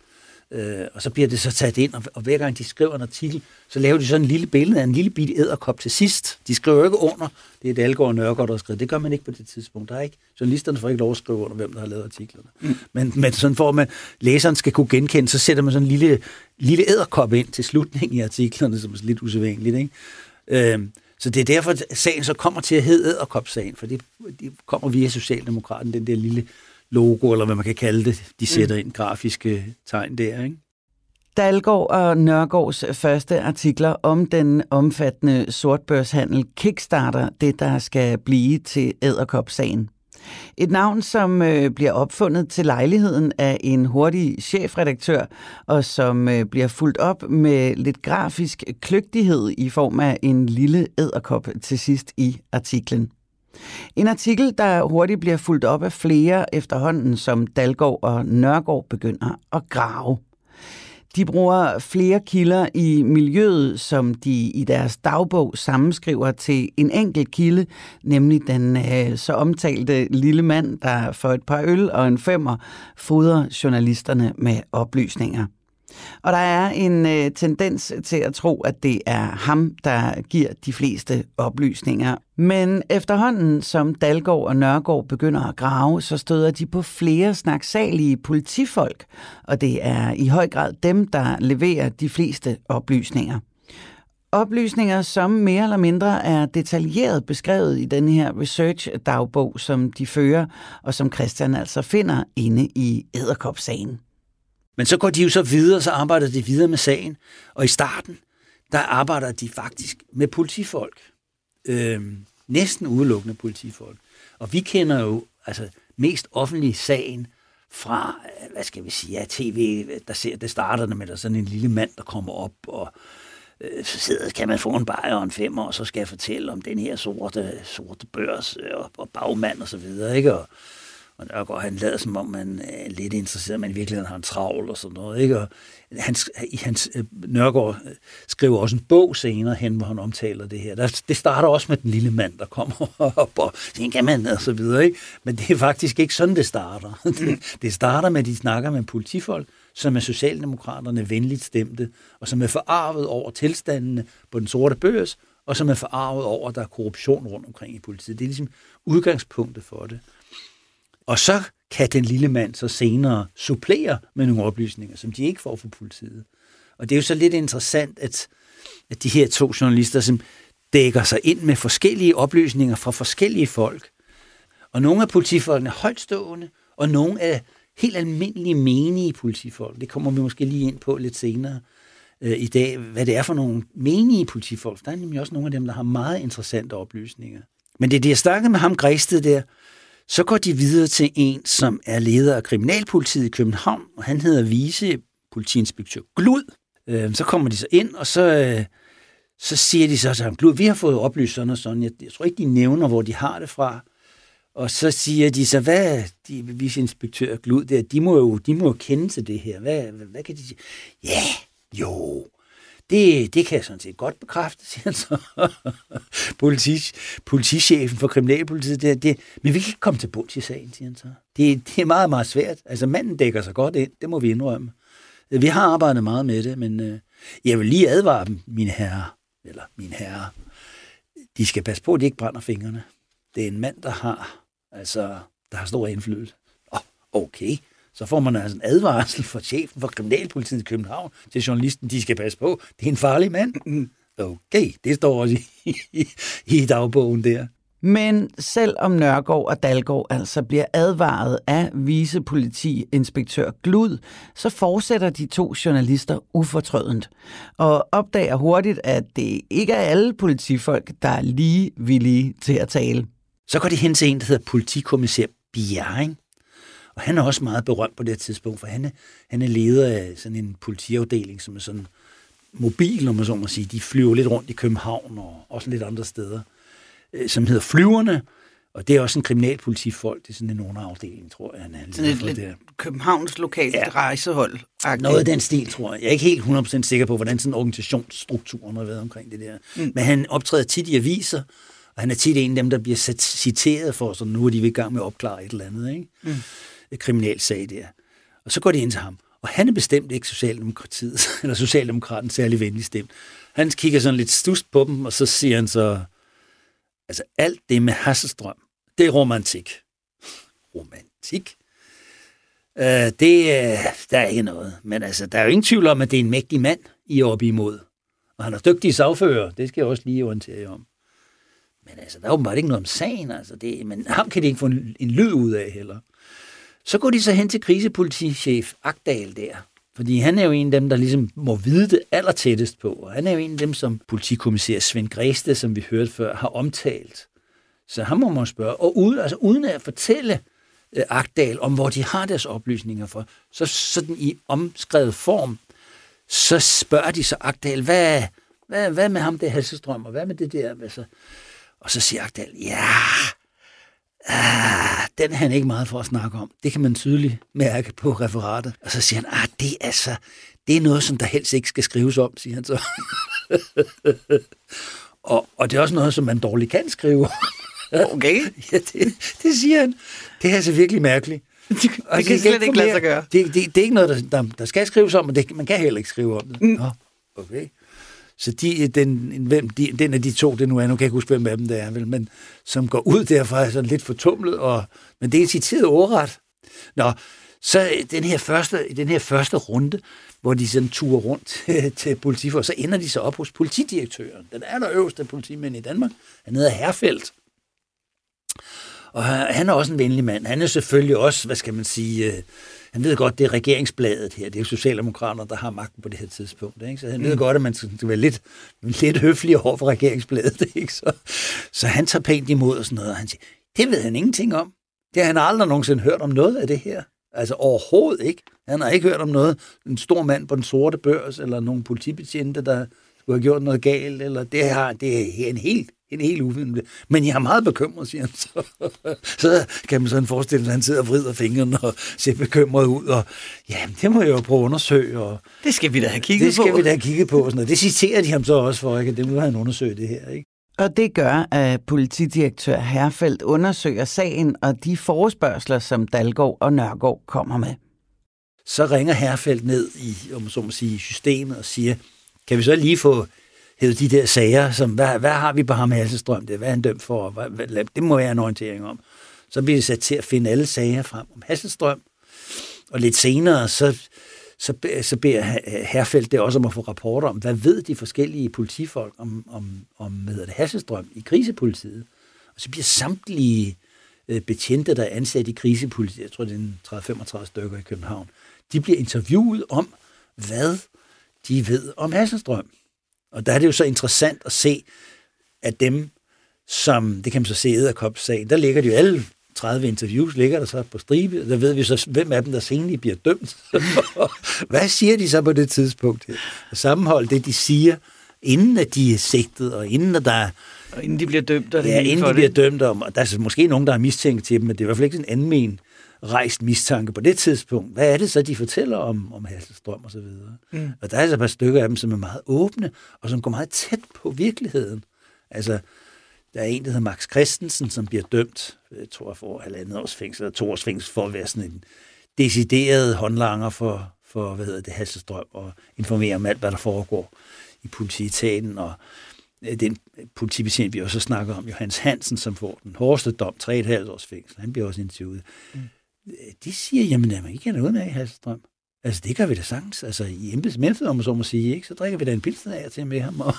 Øh, og så bliver det så taget ind, og, og hver gang de skriver en artikel, så laver de sådan en lille billede af en lille bitte edderkop til sidst. De skriver jo ikke under, det er Dalgaard og Nørgaard, der har skrevet. Det gør man ikke på det tidspunkt. Der er ikke, journalisterne får ikke lov at skrive under, hvem der har lavet artiklerne. Mm. Men, men sådan for, at man, læseren skal kunne genkende, så sætter man sådan en lille, lille edderkop ind til slutningen i artiklerne, som er lidt usædvanligt, ikke? Øh, så det er derfor, at sagen så kommer til at hedde Edderkop-sagen, for det, det kommer via Socialdemokraten, den der lille logo, eller hvad man kan kalde det, de sætter ind grafiske tegn der, ikke? Dalgaard og Nørgaards første artikler om den omfattende sortbørshandel kickstarter det, der skal blive til Edderkop-sagen. Et navn, som øh, bliver opfundet til lejligheden af en hurtig chefredaktør, og som øh, bliver fulgt op med lidt grafisk kløgtighed i form af en lille edderkop til sidst i artiklen. En artikel, der hurtigt bliver fulgt op af flere efterhånden, som Dalgaard og Nørgaard begynder at grave. De bruger flere kilder i miljøet, som de i deres dagbog sammenskriver til en enkelt kilde, nemlig den øh, så omtalte lille mand, der for et par øl og en femmer fodrer journalisterne med oplysninger. Og der er en øh, tendens til at tro, at det er ham, der giver de fleste oplysninger. Men efterhånden, som Dalgaard og Nørgaard begynder at grave, så støder de på flere snaksalige politifolk, og det er i høj grad dem, der leverer de fleste oplysninger. Oplysninger, som mere eller mindre er detaljeret beskrevet i denne her research-dagbog, som de fører, og som Christian altså finder inde i Edderkop-sagen. Men så går de jo så videre, så arbejder de videre med sagen, og i starten, der arbejder de faktisk med politifolk. Øhm, næsten udelukkende politifolk. Og vi kender jo altså mest offentlige sagen fra, hvad skal vi sige, ja, tv, der ser, det starter med der sådan en lille mand, der kommer op, og øh, så sidder, kan man få en bajer og en femmer, og så skal jeg fortælle om den her sorte, sorte børs og, og bagmand og så videre, ikke? Og Og Nørgaard, han lader som om, man er lidt interesseret, men i virkeligheden har han travl og sådan noget, ikke? Og han, i hans, Nørgaard skriver også en bog senere hen, hvor han omtaler det her. Der, det starter også med den lille mand, der kommer op og tænker man og så videre, ikke? Men det er faktisk ikke sådan, det starter. Det, det starter med, at de snakker med politifolk, som er socialdemokraterne venligt stemte, og som er forarvet over tilstandene på den sorte børs, og som er forarvet over, at der er korruption rundt omkring i politiet. Det er ligesom udgangspunktet for det. Og så kan den lille mand så senere supplere med nogle oplysninger, som de ikke får fra politiet. Og det er jo så lidt interessant, at, at de her to journalister, som dækker sig ind med forskellige oplysninger fra forskellige folk. Og nogle af politifolkene er højtstående, og nogle er helt almindelige menige politifolk. Det kommer vi måske lige ind på lidt senere øh, i dag, hvad det er for nogle menige politifolk. Der er nemlig også nogle af dem, der har meget interessante oplysninger. Men det er det, jeg snakkede med ham Græsted der. Så går de videre til en, som er leder af kriminalpolitiet i København, og han hedder vicepolitiinspektør Glud. Så kommer de så ind, og så, så siger de så til ham, Glud, vi har fået oplyst sådan og sådan. Jeg, jeg tror ikke, de nævner, hvor de har det fra. Og så siger de så, hvad de viceinspektør Glud der, de må jo, de må jo kende til det her. Hvad, hvad, hvad kan de sige? Ja, jo, det, det kan jeg sådan set godt bekræfte, siger han så. Politi, politichefen for kriminalpolitiet, det, det, men vi kan ikke komme til bunds i sagen, siger han så. Det, det er meget, meget svært. Altså, manden dækker sig godt ind, det må vi indrømme. Vi har arbejdet meget med det, men øh, jeg vil lige advare dem, mine herrer, eller mine herrer. de skal passe på, at de ikke brænder fingrene. Det er en mand, der har, altså, der har stor indflydelse. Oh, okay, så får man altså en advarsel fra chefen for kriminalpolitiet i København til journalisten, de skal passe på. Det er en farlig mand. Okay, det står også i, i, i dagbogen der. Men selvom Nørgaard og Dalgaard altså bliver advaret af vicepolitiinspektør Glud, så fortsætter de to journalister ufortrødent og opdager hurtigt, at det ikke er alle politifolk, der er lige villige til at tale. Så går de hen til en, der hedder politikommissær Bjerring, og han er også meget berømt på det her tidspunkt, for han er, han er leder af sådan en politiafdeling, som er sådan mobil, om man så må sige. De flyver lidt rundt i København og også lidt andre steder, som hedder Flyverne, og det er også en kriminalpolitifolk, det er sådan en underafdeling, tror jeg. Han er sådan et lidt der. Københavns lokalt ja. rejsehold. Noget af den stil, tror jeg. Jeg er ikke helt hundrede procent sikker på, hvordan sådan organisationsstrukturen har været omkring det der. Mm. Men han optræder tit i aviser, og han er tit en af dem, der bliver citeret for, så nu er de i gang med at opklare et eller andet, ikke? Mm. Et kriminalsag der. Og så går de ind til ham. Og han er bestemt ikke Socialdemokratiet, eller Socialdemokraten særlig venlig stemt. Han kigger sådan lidt stust på dem, og så siger han så, altså alt det med Hasselstrøm, det er romantik. Romantik? Øh, det der er ikke noget. Men altså, der er jo ingen tvivl om, at det er en mægtig mand, I er oppe imod. Og han er dygtig sagfører, det skal jeg også lige orientere jer om. Men altså, der er åbenbart ikke noget om sagen, altså. Det, men ham kan de ikke få en, en lyd ud af heller. Så går de så hen til krisepolitichef Agdal der. Fordi han er jo en af dem, der ligesom må vide det allertættest på. Og han er jo en af dem, som politikommissær Svend Græsted, som vi hørte før, har omtalt. Så ham må man spørge. Og uden, altså, uden at fortælle uh, Agdal om, hvor de har deres oplysninger for, så sådan i omskrevet form, så spørger de så Agdal, hvad, hvad, hvad med ham der Hasselstrøm, og hvad med det der? Altså, og så siger Agdal, ja, ah, den er han ikke meget for at snakke om. Det kan man tydeligt mærke på referatet. Og så siger han, ah, det er, altså, det er noget, som der helst ikke skal skrives om, siger han så. og, og det er også noget, som man dårligt kan skrive. Okay. Ja, det, det siger han. Det er altså virkelig mærkeligt. Det, det kan det slet ikke lade sig gøre. Det, det, det er ikke noget, der, der, der skal skrives om, men det, man kan heller ikke skrive om det. Mm. Nå, okay. Så de, den, hvem, de, den af de to, det nu er, nu kan jeg ikke huske, hvem af dem det er, vel, men som går ud derfra er sådan lidt fortumlet, og, men det er citeret ordret. Nå, så den her første, den her første runde, hvor de sådan turer rundt til, til politifolk, så ender de så op hos politidirektøren, den allerøverste politimand i Danmark. Han hedder Herfeldt. Og han er også en venlig mand. Han er selvfølgelig også, hvad skal man sige, han ved godt, det er regeringsbladet her. Det er jo Socialdemokraterne, der har magten på det her tidspunkt. Ikke? Så han ved mm. godt, at man skal være lidt, lidt høflig over for regeringsbladet. Ikke? Så, så han tager pænt imod og sådan noget, og han siger, det ved han ingenting om. Det har han aldrig nogensinde hørt om noget af det her. Altså overhovedet ikke. Han har ikke hørt om noget. En stor mand på den sorte børs, eller nogle politibetjente, der skulle have gjort noget galt, eller det her, det er en helt En helt uviden. Men jeg er meget bekymret, siger han. Så, så kan man sådan forestille sig, at han sidder og vrider fingrene og ser bekymret ud. Og jamen, det må jeg jo prøve at undersøge. Og det skal vi da have kigget det på. Det skal vi da have kigget på. Og sådan noget. Det citerer de ham så også for, ikke? Det må han undersøge det her, ikke? Og det gør, at politidirektør Herfeldt undersøger sagen og de forespørgsler, som Dalgaard og Nørgaard kommer med. Så ringer Herfeldt ned i, om så må sige, systemet og siger, kan vi så lige få hævet de der sager, som, hvad, hvad har vi på ham Hasselstrøm, det, hvad er han dømt for, hvad, hvad, det må jeg have en orientering om. Så bliver det sat til at finde alle sager frem om Hasselstrøm, og lidt senere, så, så, så beder Herfeldt det også om at få rapporter om, hvad ved de forskellige politifolk om, om, om hvad hedder det, Hasselstrøm i krisepolitiet. Og så bliver samtlige øh, betjente, der er ansat i krisepolitiet, jeg tror det er en tredive til femogtredive stykker i København, de bliver interviewet om, hvad de ved om Hasselstrøm. Og der er det jo så interessant at se, at dem, som, det kan man så se i Edderkop-sagen, der ligger de jo alle tredive interviews, ligger der så på stribe, der ved vi så, hvem af dem, der senere bliver dømt. Hvad siger de så på det tidspunkt her? Sammenhold det, de siger, inden at de er sigtet, og inden at der er... Og inden de bliver dømt. Og det ja, inden de bliver dømt, og der er måske nogen, der har mistænkt til dem, men det er i hvert fald ikke sådan en anmen rejst mistanke på det tidspunkt. Hvad er det så, de fortæller om, om Hasselstrøm og så videre? Mm. Og der er altså et par stykker af dem, som er meget åbne, og som går meget tæt på virkeligheden. Altså, der er en, der hedder Max Christensen, som bliver dømt, jeg tror, for halvandet års fængsel, eller to års fængsel, for at være sådan en decideret håndlanger for, for hvad hedder det, Hasselstrøm, og informere om alt, hvad der foregår i politietaten. Og den politibetjent, vi også snakker om, Johannes Hansen, som får den hårdeste dom, tre og et halvt års fængsel, han bliver også interviewet. Mm. De siger, jamen, er man ikke noget med i Hasselstrøm? Altså, det gør vi da sagtens. Altså, i embedsmænd, om man så må sige, ikke? Så drikker vi da en pilsner af til med ham. Og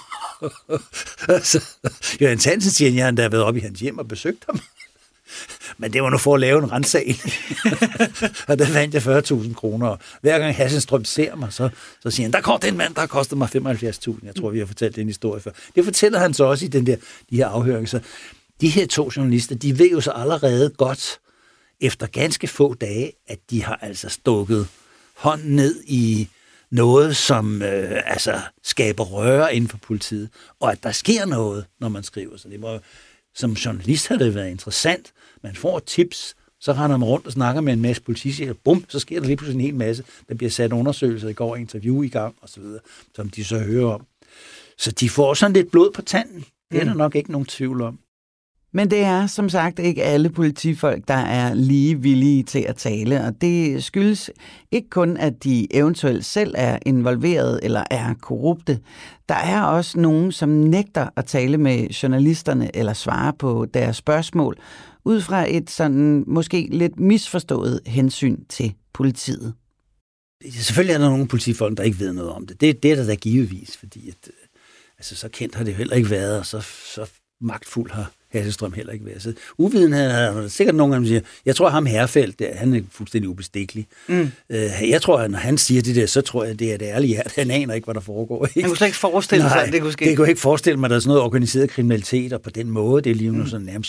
altså, Johannes Hansen siger, at jeg har endda været oppe i hans hjem og besøgt ham. Men det var nu for at lave en rendsag. Og der vandt jeg fyrre tusind kroner. Og hver gang Hasselstrøm ser mig, så, så siger han, der kom den mand, der har kostet mig femoghalvfjerds tusind. Jeg tror, vi har fortalt den historie før. Det fortæller han så også i den der, de her afhøringer. De her to journalister, de ved jo så allerede godt, efter ganske få dage, at de har altså stukket hånden ned i noget, som øh, altså skaber røre inden for politiet, og at der sker noget, når man skriver. Så det må, som journalist har det været interessant. Man får et tips, så render man rundt og snakker med en masse politichefer, bum, så sker der lige pludselig en hel masse. Der bliver sat undersøgelser i går, interview i gang osv., som de så hører om. Så de får sådan lidt blod på tanden. Det er mm. der nok ikke nogen tvivl om. Men det er som sagt ikke alle politifolk, der er lige villige til at tale, og det skyldes ikke kun, at de eventuelt selv er involveret eller er korrupte. Der er også nogen, som nægter at tale med journalisterne eller svare på deres spørgsmål, ud fra et sådan måske lidt misforstået hensyn til politiet. Selvfølgelig er der nogle politifolk, der ikke ved noget om det. Det, det er der da givetvis, fordi at, altså, så kendt har det heller ikke været, og så, så magtfuld har Hasselstrøm heller ikke været. Så uviden havde sikkert nogen, der siger, jeg tror, at ham Herfeldt, der, han er fuldstændig ubestikkelig. Mm. Uh, jeg tror, at når han siger det der, så tror jeg, det er det ærlige hjerte. Han aner ikke, hvad der foregår. Ikke? Han kunne slet ikke forestille sig, at det kunne ske. Det kunne ikke forestille mig, at der er sådan noget organiseret kriminalitet, og på den måde, det er lige mm. sådan nærmest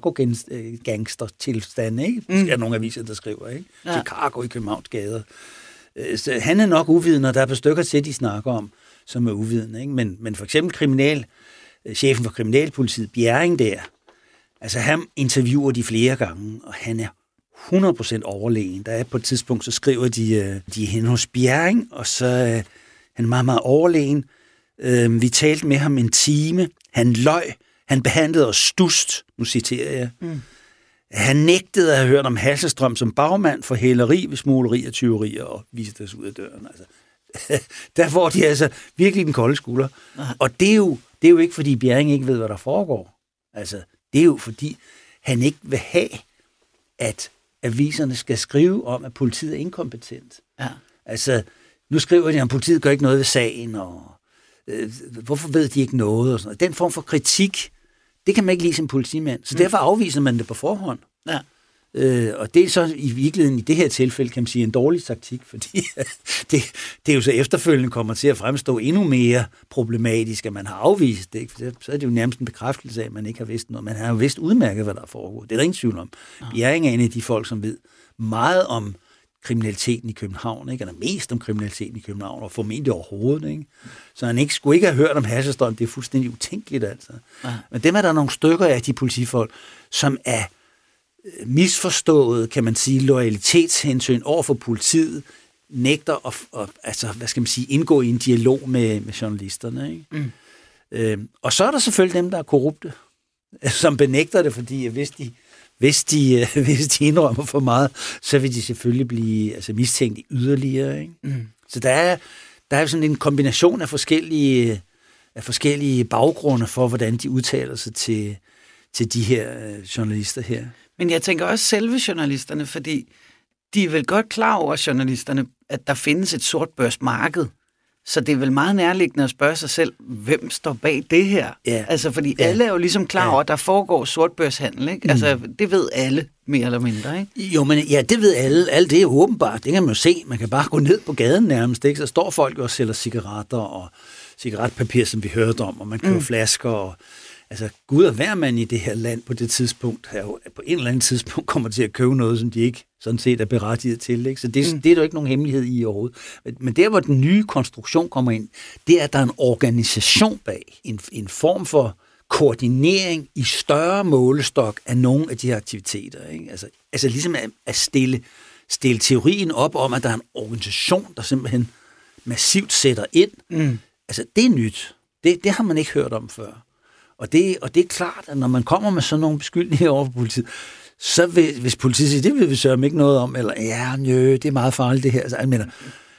Chicago-gangster-tilstand, ikke? Det er mm. nogle aviser, der skriver, ikke? Ja. Chicago i Københavns gader. Uh, så han er nok uviden, og der er på stykker til, de snakker om, som er uviden, ikke? Men, men for eksempel kriminal, chefen for kriminalpolitiet, Bjerring der, altså ham interviewer de flere gange, og han er hundrede procent overlegen. Der er på et tidspunkt, så skriver de, de er henne hos Bjerring, og så er han meget, meget overlegen. Vi talte med ham en time. Han løj. Han behandlede os stust. Nu citerer jeg. Mm. Han nægtede at have hørt om Hasselstrøm som bagmand for hæleri ved smugleri og tyverier, og viste os ud af døren. Altså, der får de altså virkelig den kolde skulder. Og det er, jo, det er jo ikke, fordi Bjerring ikke ved, hvad der foregår. Altså, det er jo, fordi han ikke vil have, at aviserne skal skrive om, at politiet er inkompetent. Ja. Altså, nu skriver de, at politiet gør ikke noget ved sagen, og øh, hvorfor ved de ikke noget? Og sådan noget. Den form for kritik, det kan man ikke lide som politimand. Så mm. derfor afviser man det på forhånd. Ja. Øh, og det er så i virkeligheden i det her tilfælde, kan man sige, en dårlig taktik, fordi det, det er jo så efterfølgende kommer til at fremstå endnu mere problematisk, at man har afvist det. Ikke? For så er det jo nærmest en bekræftelse af, at man ikke har vidst noget. Man har jo vidst udmærket, hvad der er foregået. Det er der ingen tvivl om. Ja. Bjerring er en af de folk, som ved meget om kriminaliteten i København, ikke? Eller mest om kriminaliteten i København, og formentlig overhovedet. Ikke? Så han ikke, skulle ikke have hørt om Hasselstrøm. Det er fuldstændig utænkeligt, altså. Ja. Men dem er der nogle stykker af de politifolk, som er misforstået, kan man sige, loyalitetshensyn over for politiet, nægter at, at altså, hvad skal man sige, indgå i en dialog med, med journalisterne. Ikke? Mm. Øhm, og så er der selvfølgelig dem, der er korrupte, som benægter det, fordi hvis de, hvis de, hvis de indrømmer for meget, så vil de selvfølgelig blive altså, mistænkt yderligere. Ikke? Mm. Så der er, der er sådan en kombination af forskellige, af forskellige baggrunde for, hvordan de udtaler sig til, til de her øh, journalister her. Men jeg tænker også selve journalisterne, fordi de er vel godt klar over, journalisterne, at der findes et sortbørsmarked. Så det er vel meget nærliggende at spørge sig selv, hvem står bag det her? Ja. Altså, fordi ja. alle er jo ligesom klar over, at der foregår sortbørshandel, ikke? Mm. Altså, det ved alle, mere eller mindre, ikke? Jo, men ja, det ved alle. Alt det er åbenbart. Det kan man jo se. Man kan bare gå ned på gaden nærmest, ikke? Så står folk og sælger cigaretter og cigaretpapir, som vi hørte om, og man køber mm. flasker og altså, Gud og hver mand i det her land på det tidspunkt, er jo, på en eller anden tidspunkt kommer til at købe noget, som de ikke sådan set er berettiget til. Ikke? Så det, mm. det er der ikke nogen hemmelighed i overhovedet. Men der, hvor den nye konstruktion kommer ind, det er, at der er en organisation bag. En, en form for koordinering i større målestok af nogle af de her aktiviteter. Ikke? Altså, altså ligesom at, at stille, stille teorien op om, at der er en organisation, der simpelthen massivt sætter ind. Mm. Altså, det er nyt. Det, det har man ikke hørt om før. Og det, og det er klart, at når man kommer med sådan nogle beskyldninger over for politiet, så vil, hvis politiet siger, det vil vi sørge ikke noget om, eller ja, nø, det er meget farligt det her, så, mener,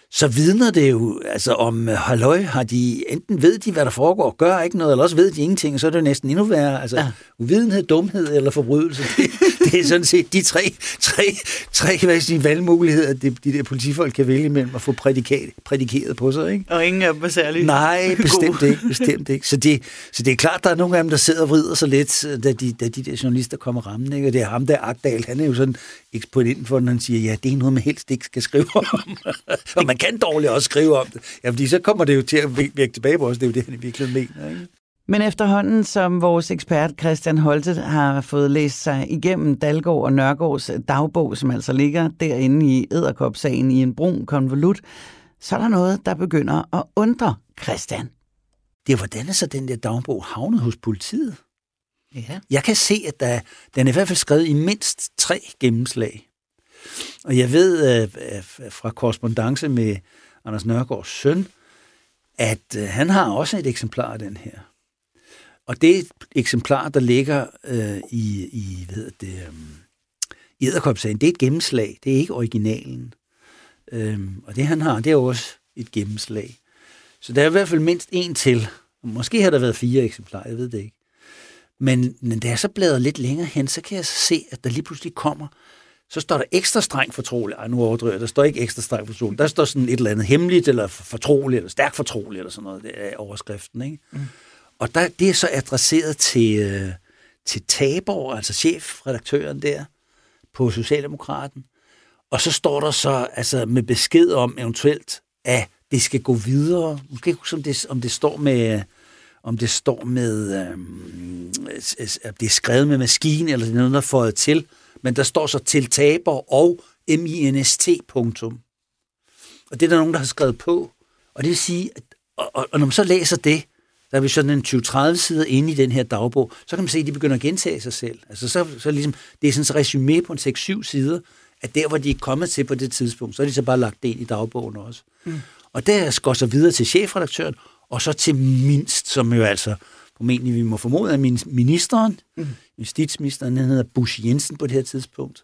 så vidner det jo altså om, halløj, har de, enten ved de, hvad der foregår, og gør ikke noget, eller også ved de ingenting, og så er det jo næsten endnu værre. Altså, ja. Uvidenhed, dumhed eller forbrydelse, det, det er sådan set de tre, tre, tre hvad sige, valgmuligheder, de, de der politifolk kan vælge imellem at få prædikat, prædikeret på sig, ikke? Og ingen af dem er særlig Nej, bestemt ikke, bestemt ikke. Så det, så det er klart, der er nogle af dem, der sidder og vrider sig lidt, da de, da de der journalister kommer rammen, ikke? Og det er ham der, Akdal, han er jo sådan eksponenten for, når han siger, ja, det er noget, man helst ikke skal skrive om. Og man kan dårligt også skrive om det. Ja, fordi så kommer det jo til at virke tilbage på os. Det er jo det, han i virkeligheden mener, ikke? Men efterhånden, som vores ekspert Christian Holte har fået læst sig igennem Dalgaard og Nørgaards dagbog, som altså ligger derinde i Edderkop-sagen i en brun konvolut, så er der noget, der begynder at undre Christian. Det er, hvordan er så den der dagbog havnet hos politiet? Ja. Jeg kan se, at der, den er i hvert fald skrevet i mindst tre gennemslag. Og jeg ved øh, fra korrespondance med Anders Nørgaards søn, at øh, han har også et eksemplar af den her. Og det er et eksemplar, der ligger øh, i, i, hvad hedder det, øh, i Edderkop-sagen. Det er et gennemslag, det er ikke originalen. Øh, og det han har, det er også et gennemslag. Så der er i hvert fald mindst en til. Måske har der været fire eksemplarer, jeg ved det ikke. Men, men da jeg så bladrer lidt længere hen, så kan jeg se, at der lige pludselig kommer, så står der ekstra streng fortroligt. Ej, nu overdriver jeg, der står ikke ekstra streng fortroligt. Der står sådan et eller andet hemmeligt, eller fortroligt, eller stærkt fortroligt, eller sådan noget, det er overskriften, ikke? Mm. Og der, det er så adresseret til, øh, til Taborg, altså chefredaktøren der, på Socialdemokraten. Og så står der så altså med besked om eventuelt, at det skal gå videre. Måske ikke om det, om det står med... om det står med, øhm, det er skrevet med maskine, eller det er noget, der er fået til, men der står så til Taborg og minst, punktum. Og det er der nogen, der har skrevet på. Og det vil sige, at, og, og, og når man så læser det, der er vi sådan en tyve til tredive sider inde i den her dagbog, så kan man se, at de begynder at gentage sig selv. Altså så, så ligesom, det er sådan et resumé på en seks syv sider, at der, hvor de er kommet til på det tidspunkt, så er de så bare lagt det ind i dagbogen også. Mm. Og der går så videre til chefredaktøren, og så til mindst, som jo altså formentlig vi må formode af ministeren, mm. justitsministeren, han hedder Busch Jensen på det her tidspunkt.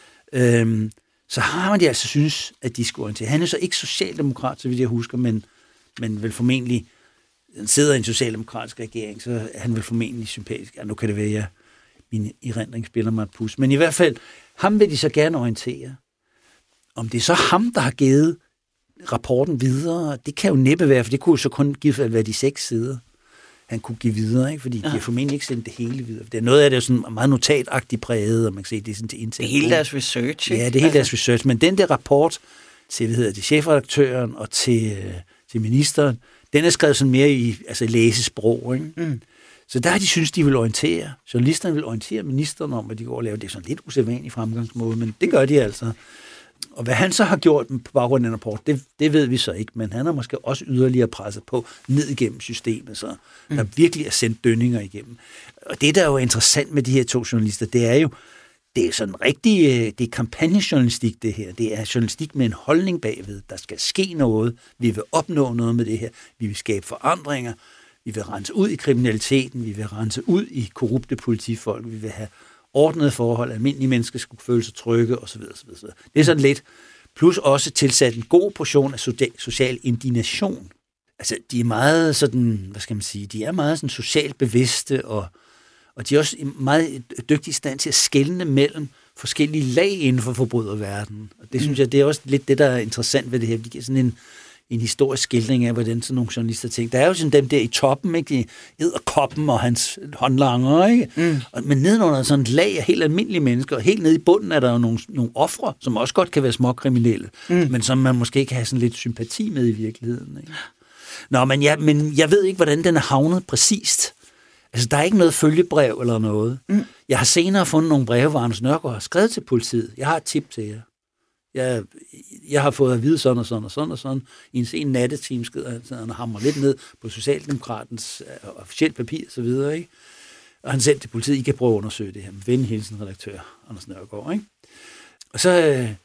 Øhm, så har man de altså synes, at de skulle orientere. Han er så ikke socialdemokrat, så vidt jeg husker, men, men vel formentlig, han sidder i en socialdemokratisk regering, så er han vel formentlig sympatisk. Ja, nu kan det være, at jeg, min erindring spiller mig et pus. Men i hvert fald, ham vil de så gerne orientere. Om det er så ham, der har givet rapporten videre, det kan jo næppe være, for det kunne så kun give være de seks sider, han kunne give videre, ikke? Fordi ja. De har formentlig ikke sendt det hele videre. Det er noget af det er sådan meget notatagtigt præget, og man kan se, det er sådan til indtægt. Det er hele deres research, ikke? Ja, det er hele deres research, men den der rapport til, hvad hedder det, chefredaktøren og til, til ministeren, den er skrevet sådan mere i altså læsesprog, ikke? Mm. Så der har de synes, de vil orientere. Journalisterne vil orientere ministeren om, hvad de går og laver. Det er sådan lidt usædvanlig fremgangsmåde, men det gør de altså. Og hvad han så har gjort på baggrund af den rapport, det, det ved vi så ikke, men han har måske også yderligere presset på ned igennem systemet, så mm. der virkelig er sendt dønninger igennem. Og det, der er jo interessant med de her to journalister, det er jo, det er sådan rigtig, det er kampagnejournalistik det her. Det er journalistik med en holdning bagved. Der skal ske noget. Vi vil opnå noget med det her. Vi vil skabe forandringer. Vi vil rense ud i kriminaliteten. Vi vil rense ud i korrupte politifolk. Vi vil have ordnede forhold, almindelige mennesker skulle føle sig trygge, osv. osv. Det er sådan lidt. Plus også tilsat en god portion af social indignation. Altså, de er meget sådan, hvad skal man sige, de er meget sådan socialt bevidste, og, og de er også meget dygtige i stand til at skelne mellem forskellige lag inden for forbryderverdenen. Og det synes jeg, det er også lidt det, der er interessant ved det her. De giver sådan en en historisk skildring af, hvordan sådan nogle journalister tænker. Der er jo sådan dem der i toppen, ikke? De Edderkoppen og hans håndlanger, ikke? Mm. Og, men nedenunder sådan et lag af helt almindelige mennesker, og helt nede i bunden er der jo nogle, nogle ofre, som også godt kan være småkriminelle, mm. men som man måske kan have sådan lidt sympati med i virkeligheden, ikke? Nå, men jeg, men jeg ved ikke, hvordan den er havnet præcist. Altså, der er ikke noget følgebrev eller noget. Mm. Jeg har senere fundet nogle breve, hvor Anders Nørgaard har skrevet til politiet. Jeg har et tip til jer. Jeg, jeg har fået at vide sådan og sådan og sådan og sådan. I en sen nattetime skrider han, han hamrer lidt ned på Socialdemokratens uh, officielt papir og så videre, ikke? Og han sendte til politiet, I kan prøve at undersøge det her. Med venlig hilsen, redaktør Anders Nørgaard, ikke? Og så, uh,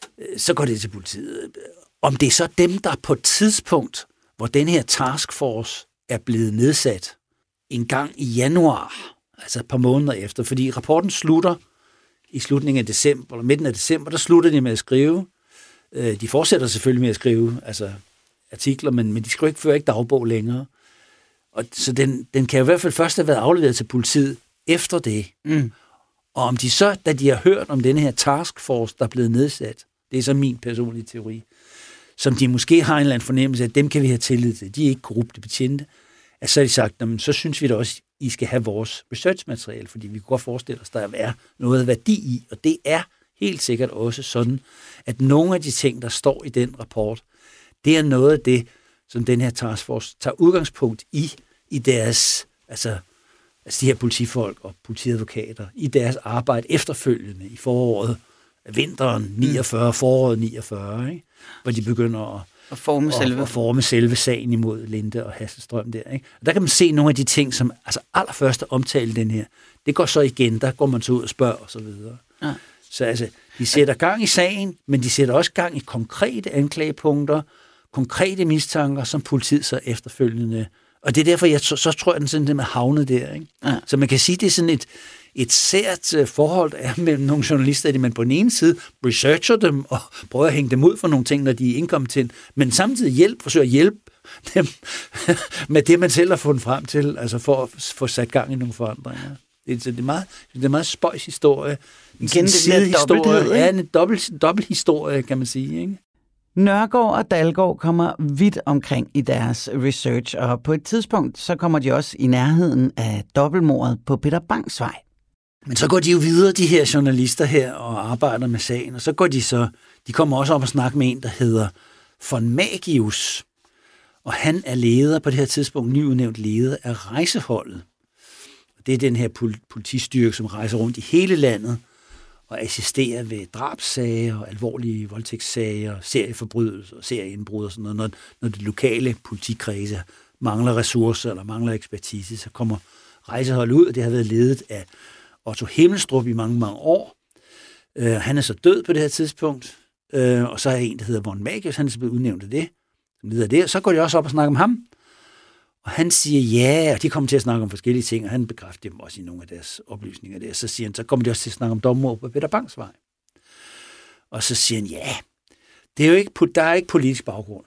så går det til politiet. Om det er så dem, der på et tidspunkt, hvor den her taskforce er blevet nedsat en gang i januar, altså et par måneder efter, fordi rapporten slutter i slutningen af december, eller midten af december, der slutter de med at skrive, De fortsætter selvfølgelig med at skrive altså, artikler, men, men de skriver ikke, fører ikke dagbog længere. Og, så den, den kan jo i hvert fald først have været afleveret til politiet efter det. Mm. Og om de så, da de har hørt om denne her taskforce, der er blevet nedsat, det er så min personlige teori, som de måske har en eller anden fornemmelse af, dem kan vi have tillid til, de er ikke korrupte betjente, at så har de sagt, så synes vi da også, I skal have vores researchmateriale, fordi vi kan godt forestille os, der er noget værdi i, og det er helt sikkert også sådan, at nogle af de ting, der står i den rapport, det er noget af det, som den her taskforce tager udgangspunkt i, i deres, altså, altså de her politifolk og politiadvokater, i deres arbejde efterfølgende i foråret, vinteren niogfyrre, mm. foråret niogfyrre, ikke? Hvor de begynder at, at, forme, at, selve. at forme selve sagen imod Linde og Hasselstrøm der. Ikke? Og der kan man se nogle af de ting, som altså allerførst omtale den her. Det går så igen, der går man så ud og spørger og så videre. Ja. Så altså, de sætter gang i sagen, men de sætter også gang i konkrete anklagepunkter, konkrete mistanker, som politiet så efterfølgende. Og det er derfor, jeg så, så tror jeg, den sådan med havnet der. Ikke? Ja. Så man kan sige, det er sådan et, et sært forhold er mellem nogle journalister, at man på den ene side researcher dem og prøver at hænge dem ud for nogle ting, når de er inkompetente, men samtidig hjælp, forsøger at hjælpe dem med det, man selv har fundet frem til, altså for at få sat gang i nogle forandringer. Det er, det er meget, det er meget spøjs historie. En sidehistorie. Ja, en dobbelt, dobbelt historie, kan man sige, ikke? Nørgaard og Dalgaard kommer vidt omkring i deres research, og på et tidspunkt så kommer de også i nærheden af dobbeltmordet på Peter Bangs Vej. Men så går de jo videre, de her journalister her, og arbejder med sagen, og så går de så, de kommer også op og snakke med en, der hedder von Magius, og han er leder på det her tidspunkt, nyudnævnt leder af rejseholdet. Det er den her politistyrke, som rejser rundt i hele landet, og assisterer ved drabssager, alvorlige voldtægtssager, serieforbrydelser, serieindbrud og sådan noget. Når, når det lokale politikredse mangler ressourcer eller mangler ekspertise, så kommer rejseholdet ud, og det har været ledet af Otto Himmelstrup i mange, mange år. Uh, han er så død på det her tidspunkt, uh, og så er en, der hedder Von Magius, han er så blevet udnævnt af det, som leder af det, og så går de også op og snakker om ham. Og han siger ja, og de kommer til at snakke om forskellige ting, og han bekræfter dem også i nogle af deres oplysninger der. Så siger han, så kommer de også til at snakke om dommord på Peter Bangs Vej. Og så siger han, ja, det er jo ikke, der er ikke politisk baggrund.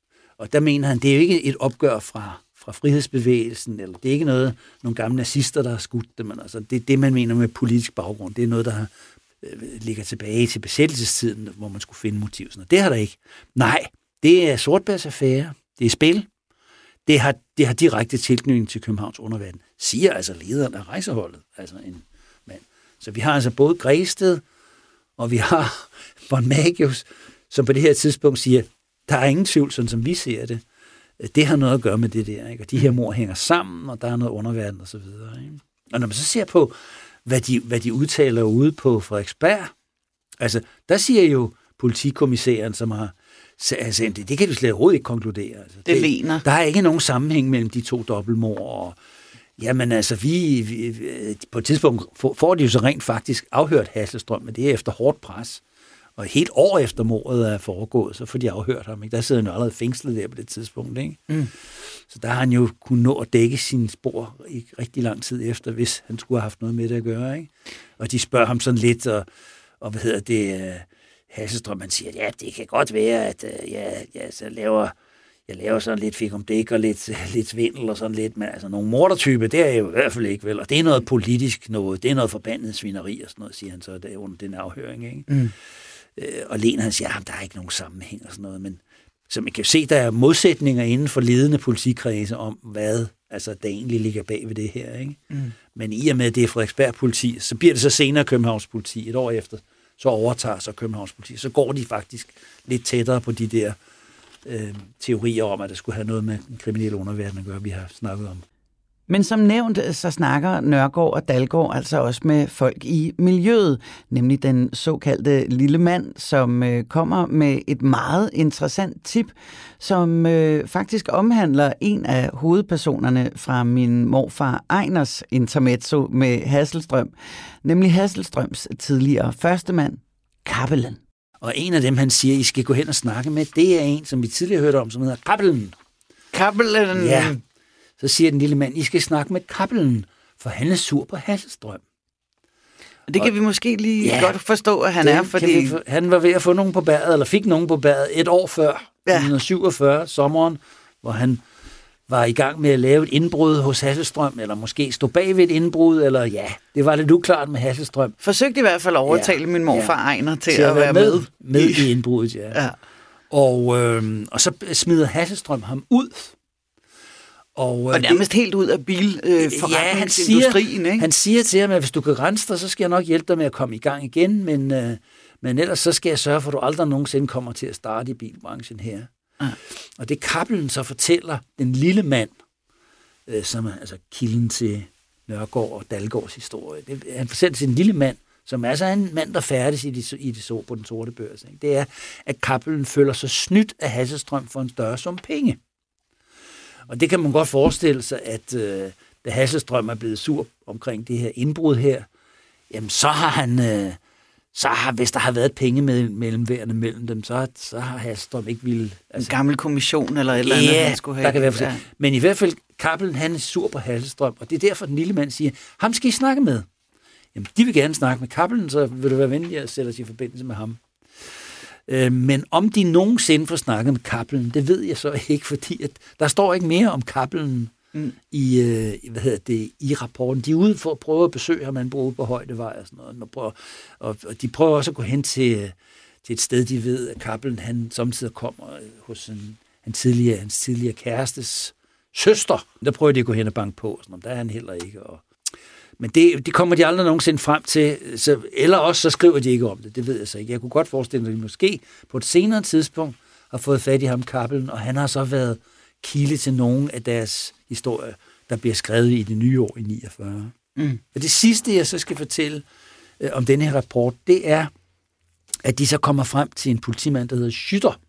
Og der mener han, det er jo ikke et opgør fra, fra frihedsbevægelsen, eller det er ikke noget, nogle gamle nazister, der har skudt dem, men altså, det er det, man mener med politisk baggrund. Det er noget, der øh, ligger tilbage til besættelsestiden, hvor man skulle finde motiv. Og det har der ikke. Nej, det er sortbærsaffære, det er spil. Det har, det har direkte tilknytning til Københavns underverden, siger altså lederen af rejseholdet, altså en mand. Så vi har altså både Græsted, og vi har von Magius, som på det her tidspunkt siger, der er ingen tvivl, sådan som vi ser det. Det har noget at gøre med det der, ikke? Og de her mord hænger sammen, og der er noget underverden og så videre. Ikke? Og når man så ser på, hvad de, hvad de udtaler ude på Frederiksberg, altså der siger jo politikommissæren, som har altså, det, det kan vi slet overhovedet ikke konkludere. Altså, det ligner. Der er ikke nogen sammenhæng mellem de to dobbeltmord. Og, jamen altså, vi, vi på et tidspunkt får de jo så rent faktisk afhørt Hasselstrøm, men det er efter hårdt pres. Og helt år efter mordet er foregået, så får de afhørt ham. Ikke? Der sidder han jo allerede fængslet der på det tidspunkt. Ikke? Mm. Så der har han jo kunnet nå at dække sine spor i rigtig lang tid efter, hvis han skulle have haft noget med det at gøre. Ikke? Og de spørger ham sådan lidt, og, og hvad hedder det... Hasselstrøm, man siger, ja, det kan godt være, at uh, ja, ja, så laver, jeg laver sådan lidt fik om dæk og lidt, lidt svindel og sådan lidt, men altså nogle mordertype, det er jo i hvert fald ikke vel, og det er noget politisk noget, det er noget forbandet svineri og sådan noget, siger han så der under den afhøring, ikke? Mm. Uh, og Lena, han siger, ja, der er ikke nogen sammenhæng og sådan noget, men så man kan se, der er modsætninger inden for ledende politikredse om, hvad altså, der egentlig ligger bag ved det her, ikke? Mm. Men i og med, at det er Frederiksberg politi, så bliver det så senere Københavns politi, et år efter, så overtager så Københavns politi, så går de faktisk lidt tættere på de der øh, teorier om, at det skulle have noget med en kriminel underverden at gøre, vi har snakket om. Men som nævnt, så snakker Nørgaard og Dalgaard altså også med folk i miljøet, nemlig den såkaldte lille mand, som øh, kommer med et meget interessant tip, som øh, faktisk omhandler en af hovedpersonerne fra min morfar Ejners intermezzo med Hasselstrøm, nemlig Hasselstrøms tidligere førstemand, Kappelen. Og en af dem, han siger, I skal gå hen og snakke med, det er en, som vi tidligere hørte om, som hedder Kappelen. Kappelen! Ja. Så siger den lille mand, I skal snakke med Kappelen, for han er sur på Hasselstrøm. Det kan og, vi måske lige ja, godt forstå, at han er, fordi... Vi, han var ved at få nogen på bæret, eller fik nogen på bæret et år før, ja. nitten syvogfyrre, sommeren, hvor han var i gang med at lave et indbrud hos Hasselstrøm, eller måske stå bag ved et indbrud, eller ja, det var lidt uklart med Hasselstrøm. Forsøgte i hvert fald at overtale ja, min morfar ja, Ejner til, til at, at være med. Med, med i indbruddet, ja. ja. Og, øh, og så smider Hasselstrøm ham ud. Og, og nærmest det, helt ud af bilforretningsindustrien, ja, ikke? Han siger til ham, at hvis du kan rense dig, så skal jeg nok hjælpe dig med at komme i gang igen, men, øh, men ellers så skal jeg sørge for, at du aldrig nogensinde kommer til at starte i bilbranchen her. Ah. Og det Kappelen så fortæller den lille mand, øh, som er altså kilden til Nørgaard og Dalgaards historie, det, han fortæller til en lille mand, som er altså en mand, der færdes i det, i det så på den sorte børs. Ikke? Det er, at Kappelen føler sig snydt af Hasselstrøm for en større sum penge. Og det kan man godt forestille sig, at øh, da Hasselstrøm er blevet sur omkring det her indbrud her, jamen så har han, øh, så har, hvis der har været penge med, mellemværende mellem dem, så, så har Hasselstrøm ikke ville... Altså, en gammel kommission eller et eller andet, ja, han skulle have. Der kan være for ja. Men i hvert fald, Kappelen, han er sur på Hasselstrøm, og det er derfor, den lille mand siger, ham skal I snakke med. Jamen, de vil gerne snakke med Kappelen, så vil du være venlig at sætte os i forbindelse med ham. Øh, men om de nogensinde får snakket med Kappelen, det ved jeg så ikke, fordi at der står ikke mere om Kappelen mm. i, øh, hvad hedder det, i rapporten. De er ude for at prøve at besøge ham, han bor ude på Højdevej og sådan noget. Og, prøver, og, og de prøver også at gå hen til, til et sted, de ved, at Kappelen, han samtidig kommer hos en, en tidligere, hans tidligere kærestes søster. Der prøver de at gå hen og banke på, og sådan noget. Der er han heller ikke, og men det, det kommer de aldrig nogensinde frem til, så, eller også så skriver de ikke om det, det ved jeg så ikke. Jeg kunne godt forestille mig, at de måske på et senere tidspunkt har fået fat i ham, Kappelen, og han har så været kilde til nogle af deres historier, der bliver skrevet i det nye år i niogfyrre. Mm. Og det sidste, jeg så skal fortælle øh, om denne her rapport, det er, at de så kommer frem til en politimand, der hedder Schytter.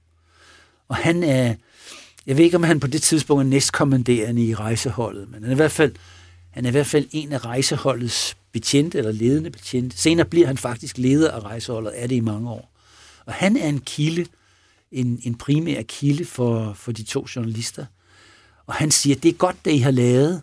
Og han er, jeg ved ikke, om han på det tidspunkt er næstkommanderende i rejseholdet, men han er i hvert fald Han er i hvert fald en af rejseholdets betjente, eller ledende betjente. Senere bliver han faktisk leder af rejseholdet, er det i mange år. Og han er en kilde, en, en primær kilde for, for de to journalister. Og han siger, det er godt, det I har lavet.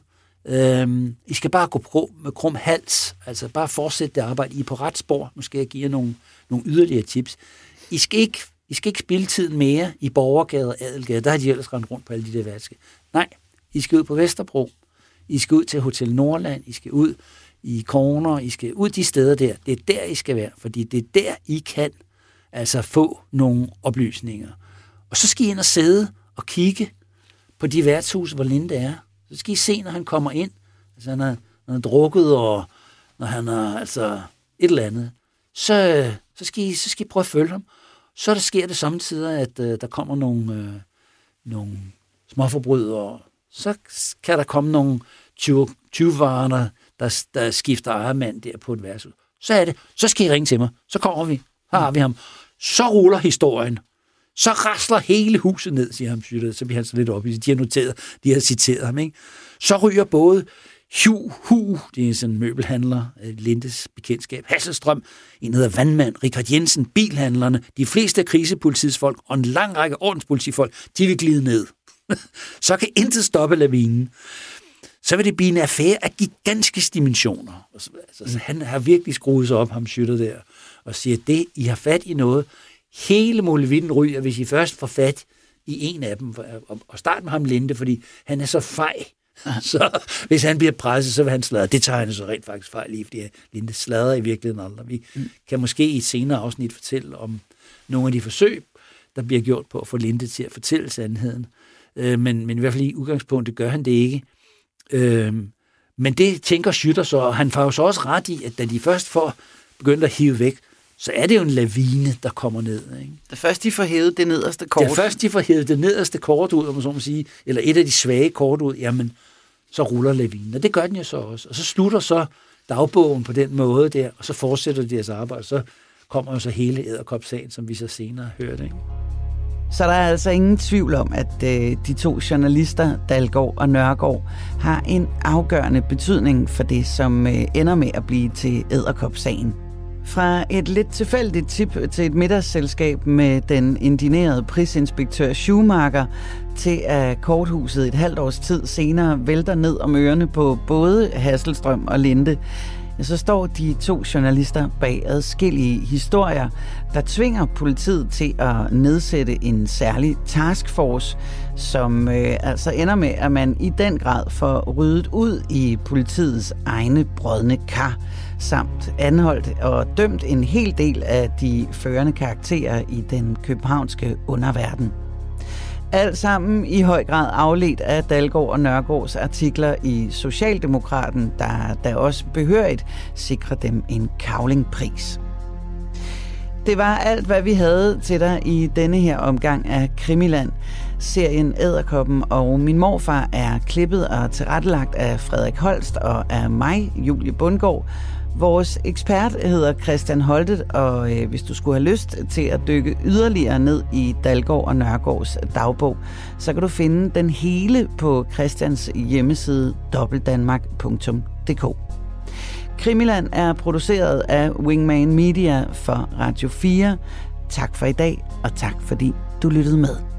Øhm, I skal bare gå på med krum hals, altså bare fortsætte det arbejde. I er på ret spor. Nu skal jeg give jer nogle, nogle yderligere tips. I skal ikke, I skal ikke spille tiden mere i Borgergade og Adelgade. Der har de ellers rendt rundt på alle de der værtske. Nej, I skal ud på Vesterbro. I skal ud til Hotel Nordland, I skal ud i Corner, I skal ud de steder der. Det er der, I skal være, fordi det er der, I kan altså få nogle oplysninger. Og så skal I ind og sidde og kigge på de værtshuse, hvor Linde er. Så skal I se, når han kommer ind. Altså, han har, når han har drukket, og når han har altså et eller andet. Så, så, skal, I, så skal I prøve at følge ham. Så der sker det samtidig, at uh, der kommer nogle, uh, nogle småforbrydere. Så kan der komme nogle tyvevarer, der, der skifter ejermand der på et værtshus. Så er det. Så skal I ringe til mig. Så kommer vi. Her har vi ham. Så ruller historien. Så rasler hele huset ned, siger ham Schytter. Så bliver han så lidt op i. De har noteret, de har citeret ham, ikke? Så ryger både Hu, Hu, det er sådan en møbelhandler, Lindes bekendtskab, Hasselstrøm, en hedder Vandmand, Richard Jensen, bilhandlerne, de fleste af krisepolitiets folk og en lang række ordenspolitifolk, de vil glide ned. Så kan intet stoppe lavinen. Så vil det blive en affære af gigantiske dimensioner. Altså, han har virkelig skruet sig op, ham Schytter der, og siger, det, I har fat i noget. Hele muligheden ryger, hvis I først får fat i en af dem. Og start med ham Linde, fordi han er så fej. Så hvis han bliver presset, så vil han sladre. Det tager han så rent faktisk fejl i, fordi Linde sladrer i virkeligheden aldrig. Vi mm. kan måske i et senere afsnit fortælle om nogle af de forsøg, der bliver gjort på at få Linde til at fortælle sandheden. Øh, men, men i hvert fald i udgangspunktet gør han det ikke. Øh, men det tænker Schytter så, og han får jo så også ret i, at da de først får begyndt at hive væk, så er det jo en lavine, der kommer ned. Ikke? Da først de får hævet det nederste kort. Da først de får hævet det nederste kort ud, om man så må sige, eller et af de svage kort ud, jamen, så ruller lavinen. Og det gør den jo så også. Og så slutter så dagbogen på den måde der, og så fortsætter de deres arbejde. Så kommer jo så hele Edderkop-sagen, som vi så senere hørte. Ikke? Så der er altså ingen tvivl om, at øh, de to journalister, Dalgaard og Nørgaard, har en afgørende betydning for det, som øh, ender med at blive til Edderkop-sagen. Fra et lidt tilfældigt tip til et middagsselskab med den indignerede prisinspektør Schumacher, til at korthuset et halvt års tid senere vælter ned om ørerne på både Hasselstrøm og Linde. så står de to journalister bag adskillige historier, der tvinger politiet til at nedsætte en særlig taskforce, som øh, altså ender med, at man i den grad får ryddet ud i politiets egne brodne kar, samt anholdt og dømt en hel del af de førende karakterer i den københavnske underverden. Alt sammen i høj grad afledt af Dalgaard og Nørgaards artikler i Socialdemokraten, der, der også behørigt sikrer dem en Cavlingpris. Det var alt, hvad vi havde til dig i denne her omgang af Krimiland. Serien Edderkoppen og min morfar er klippet og tilrettelagt af Frederik Holst og af mig, Julie Bundgaard. Vores ekspert hedder Christian Holtet, og øh, hvis du skulle have lyst til at dykke yderligere ned i Dalgaard og Nørgaards dagbog, så kan du finde den hele på Christians hjemmeside dobbeltdanmark punktum d k. Krimiland er produceret af Wingman Media for Radio fire. Tak for i dag, og tak fordi du lyttede med.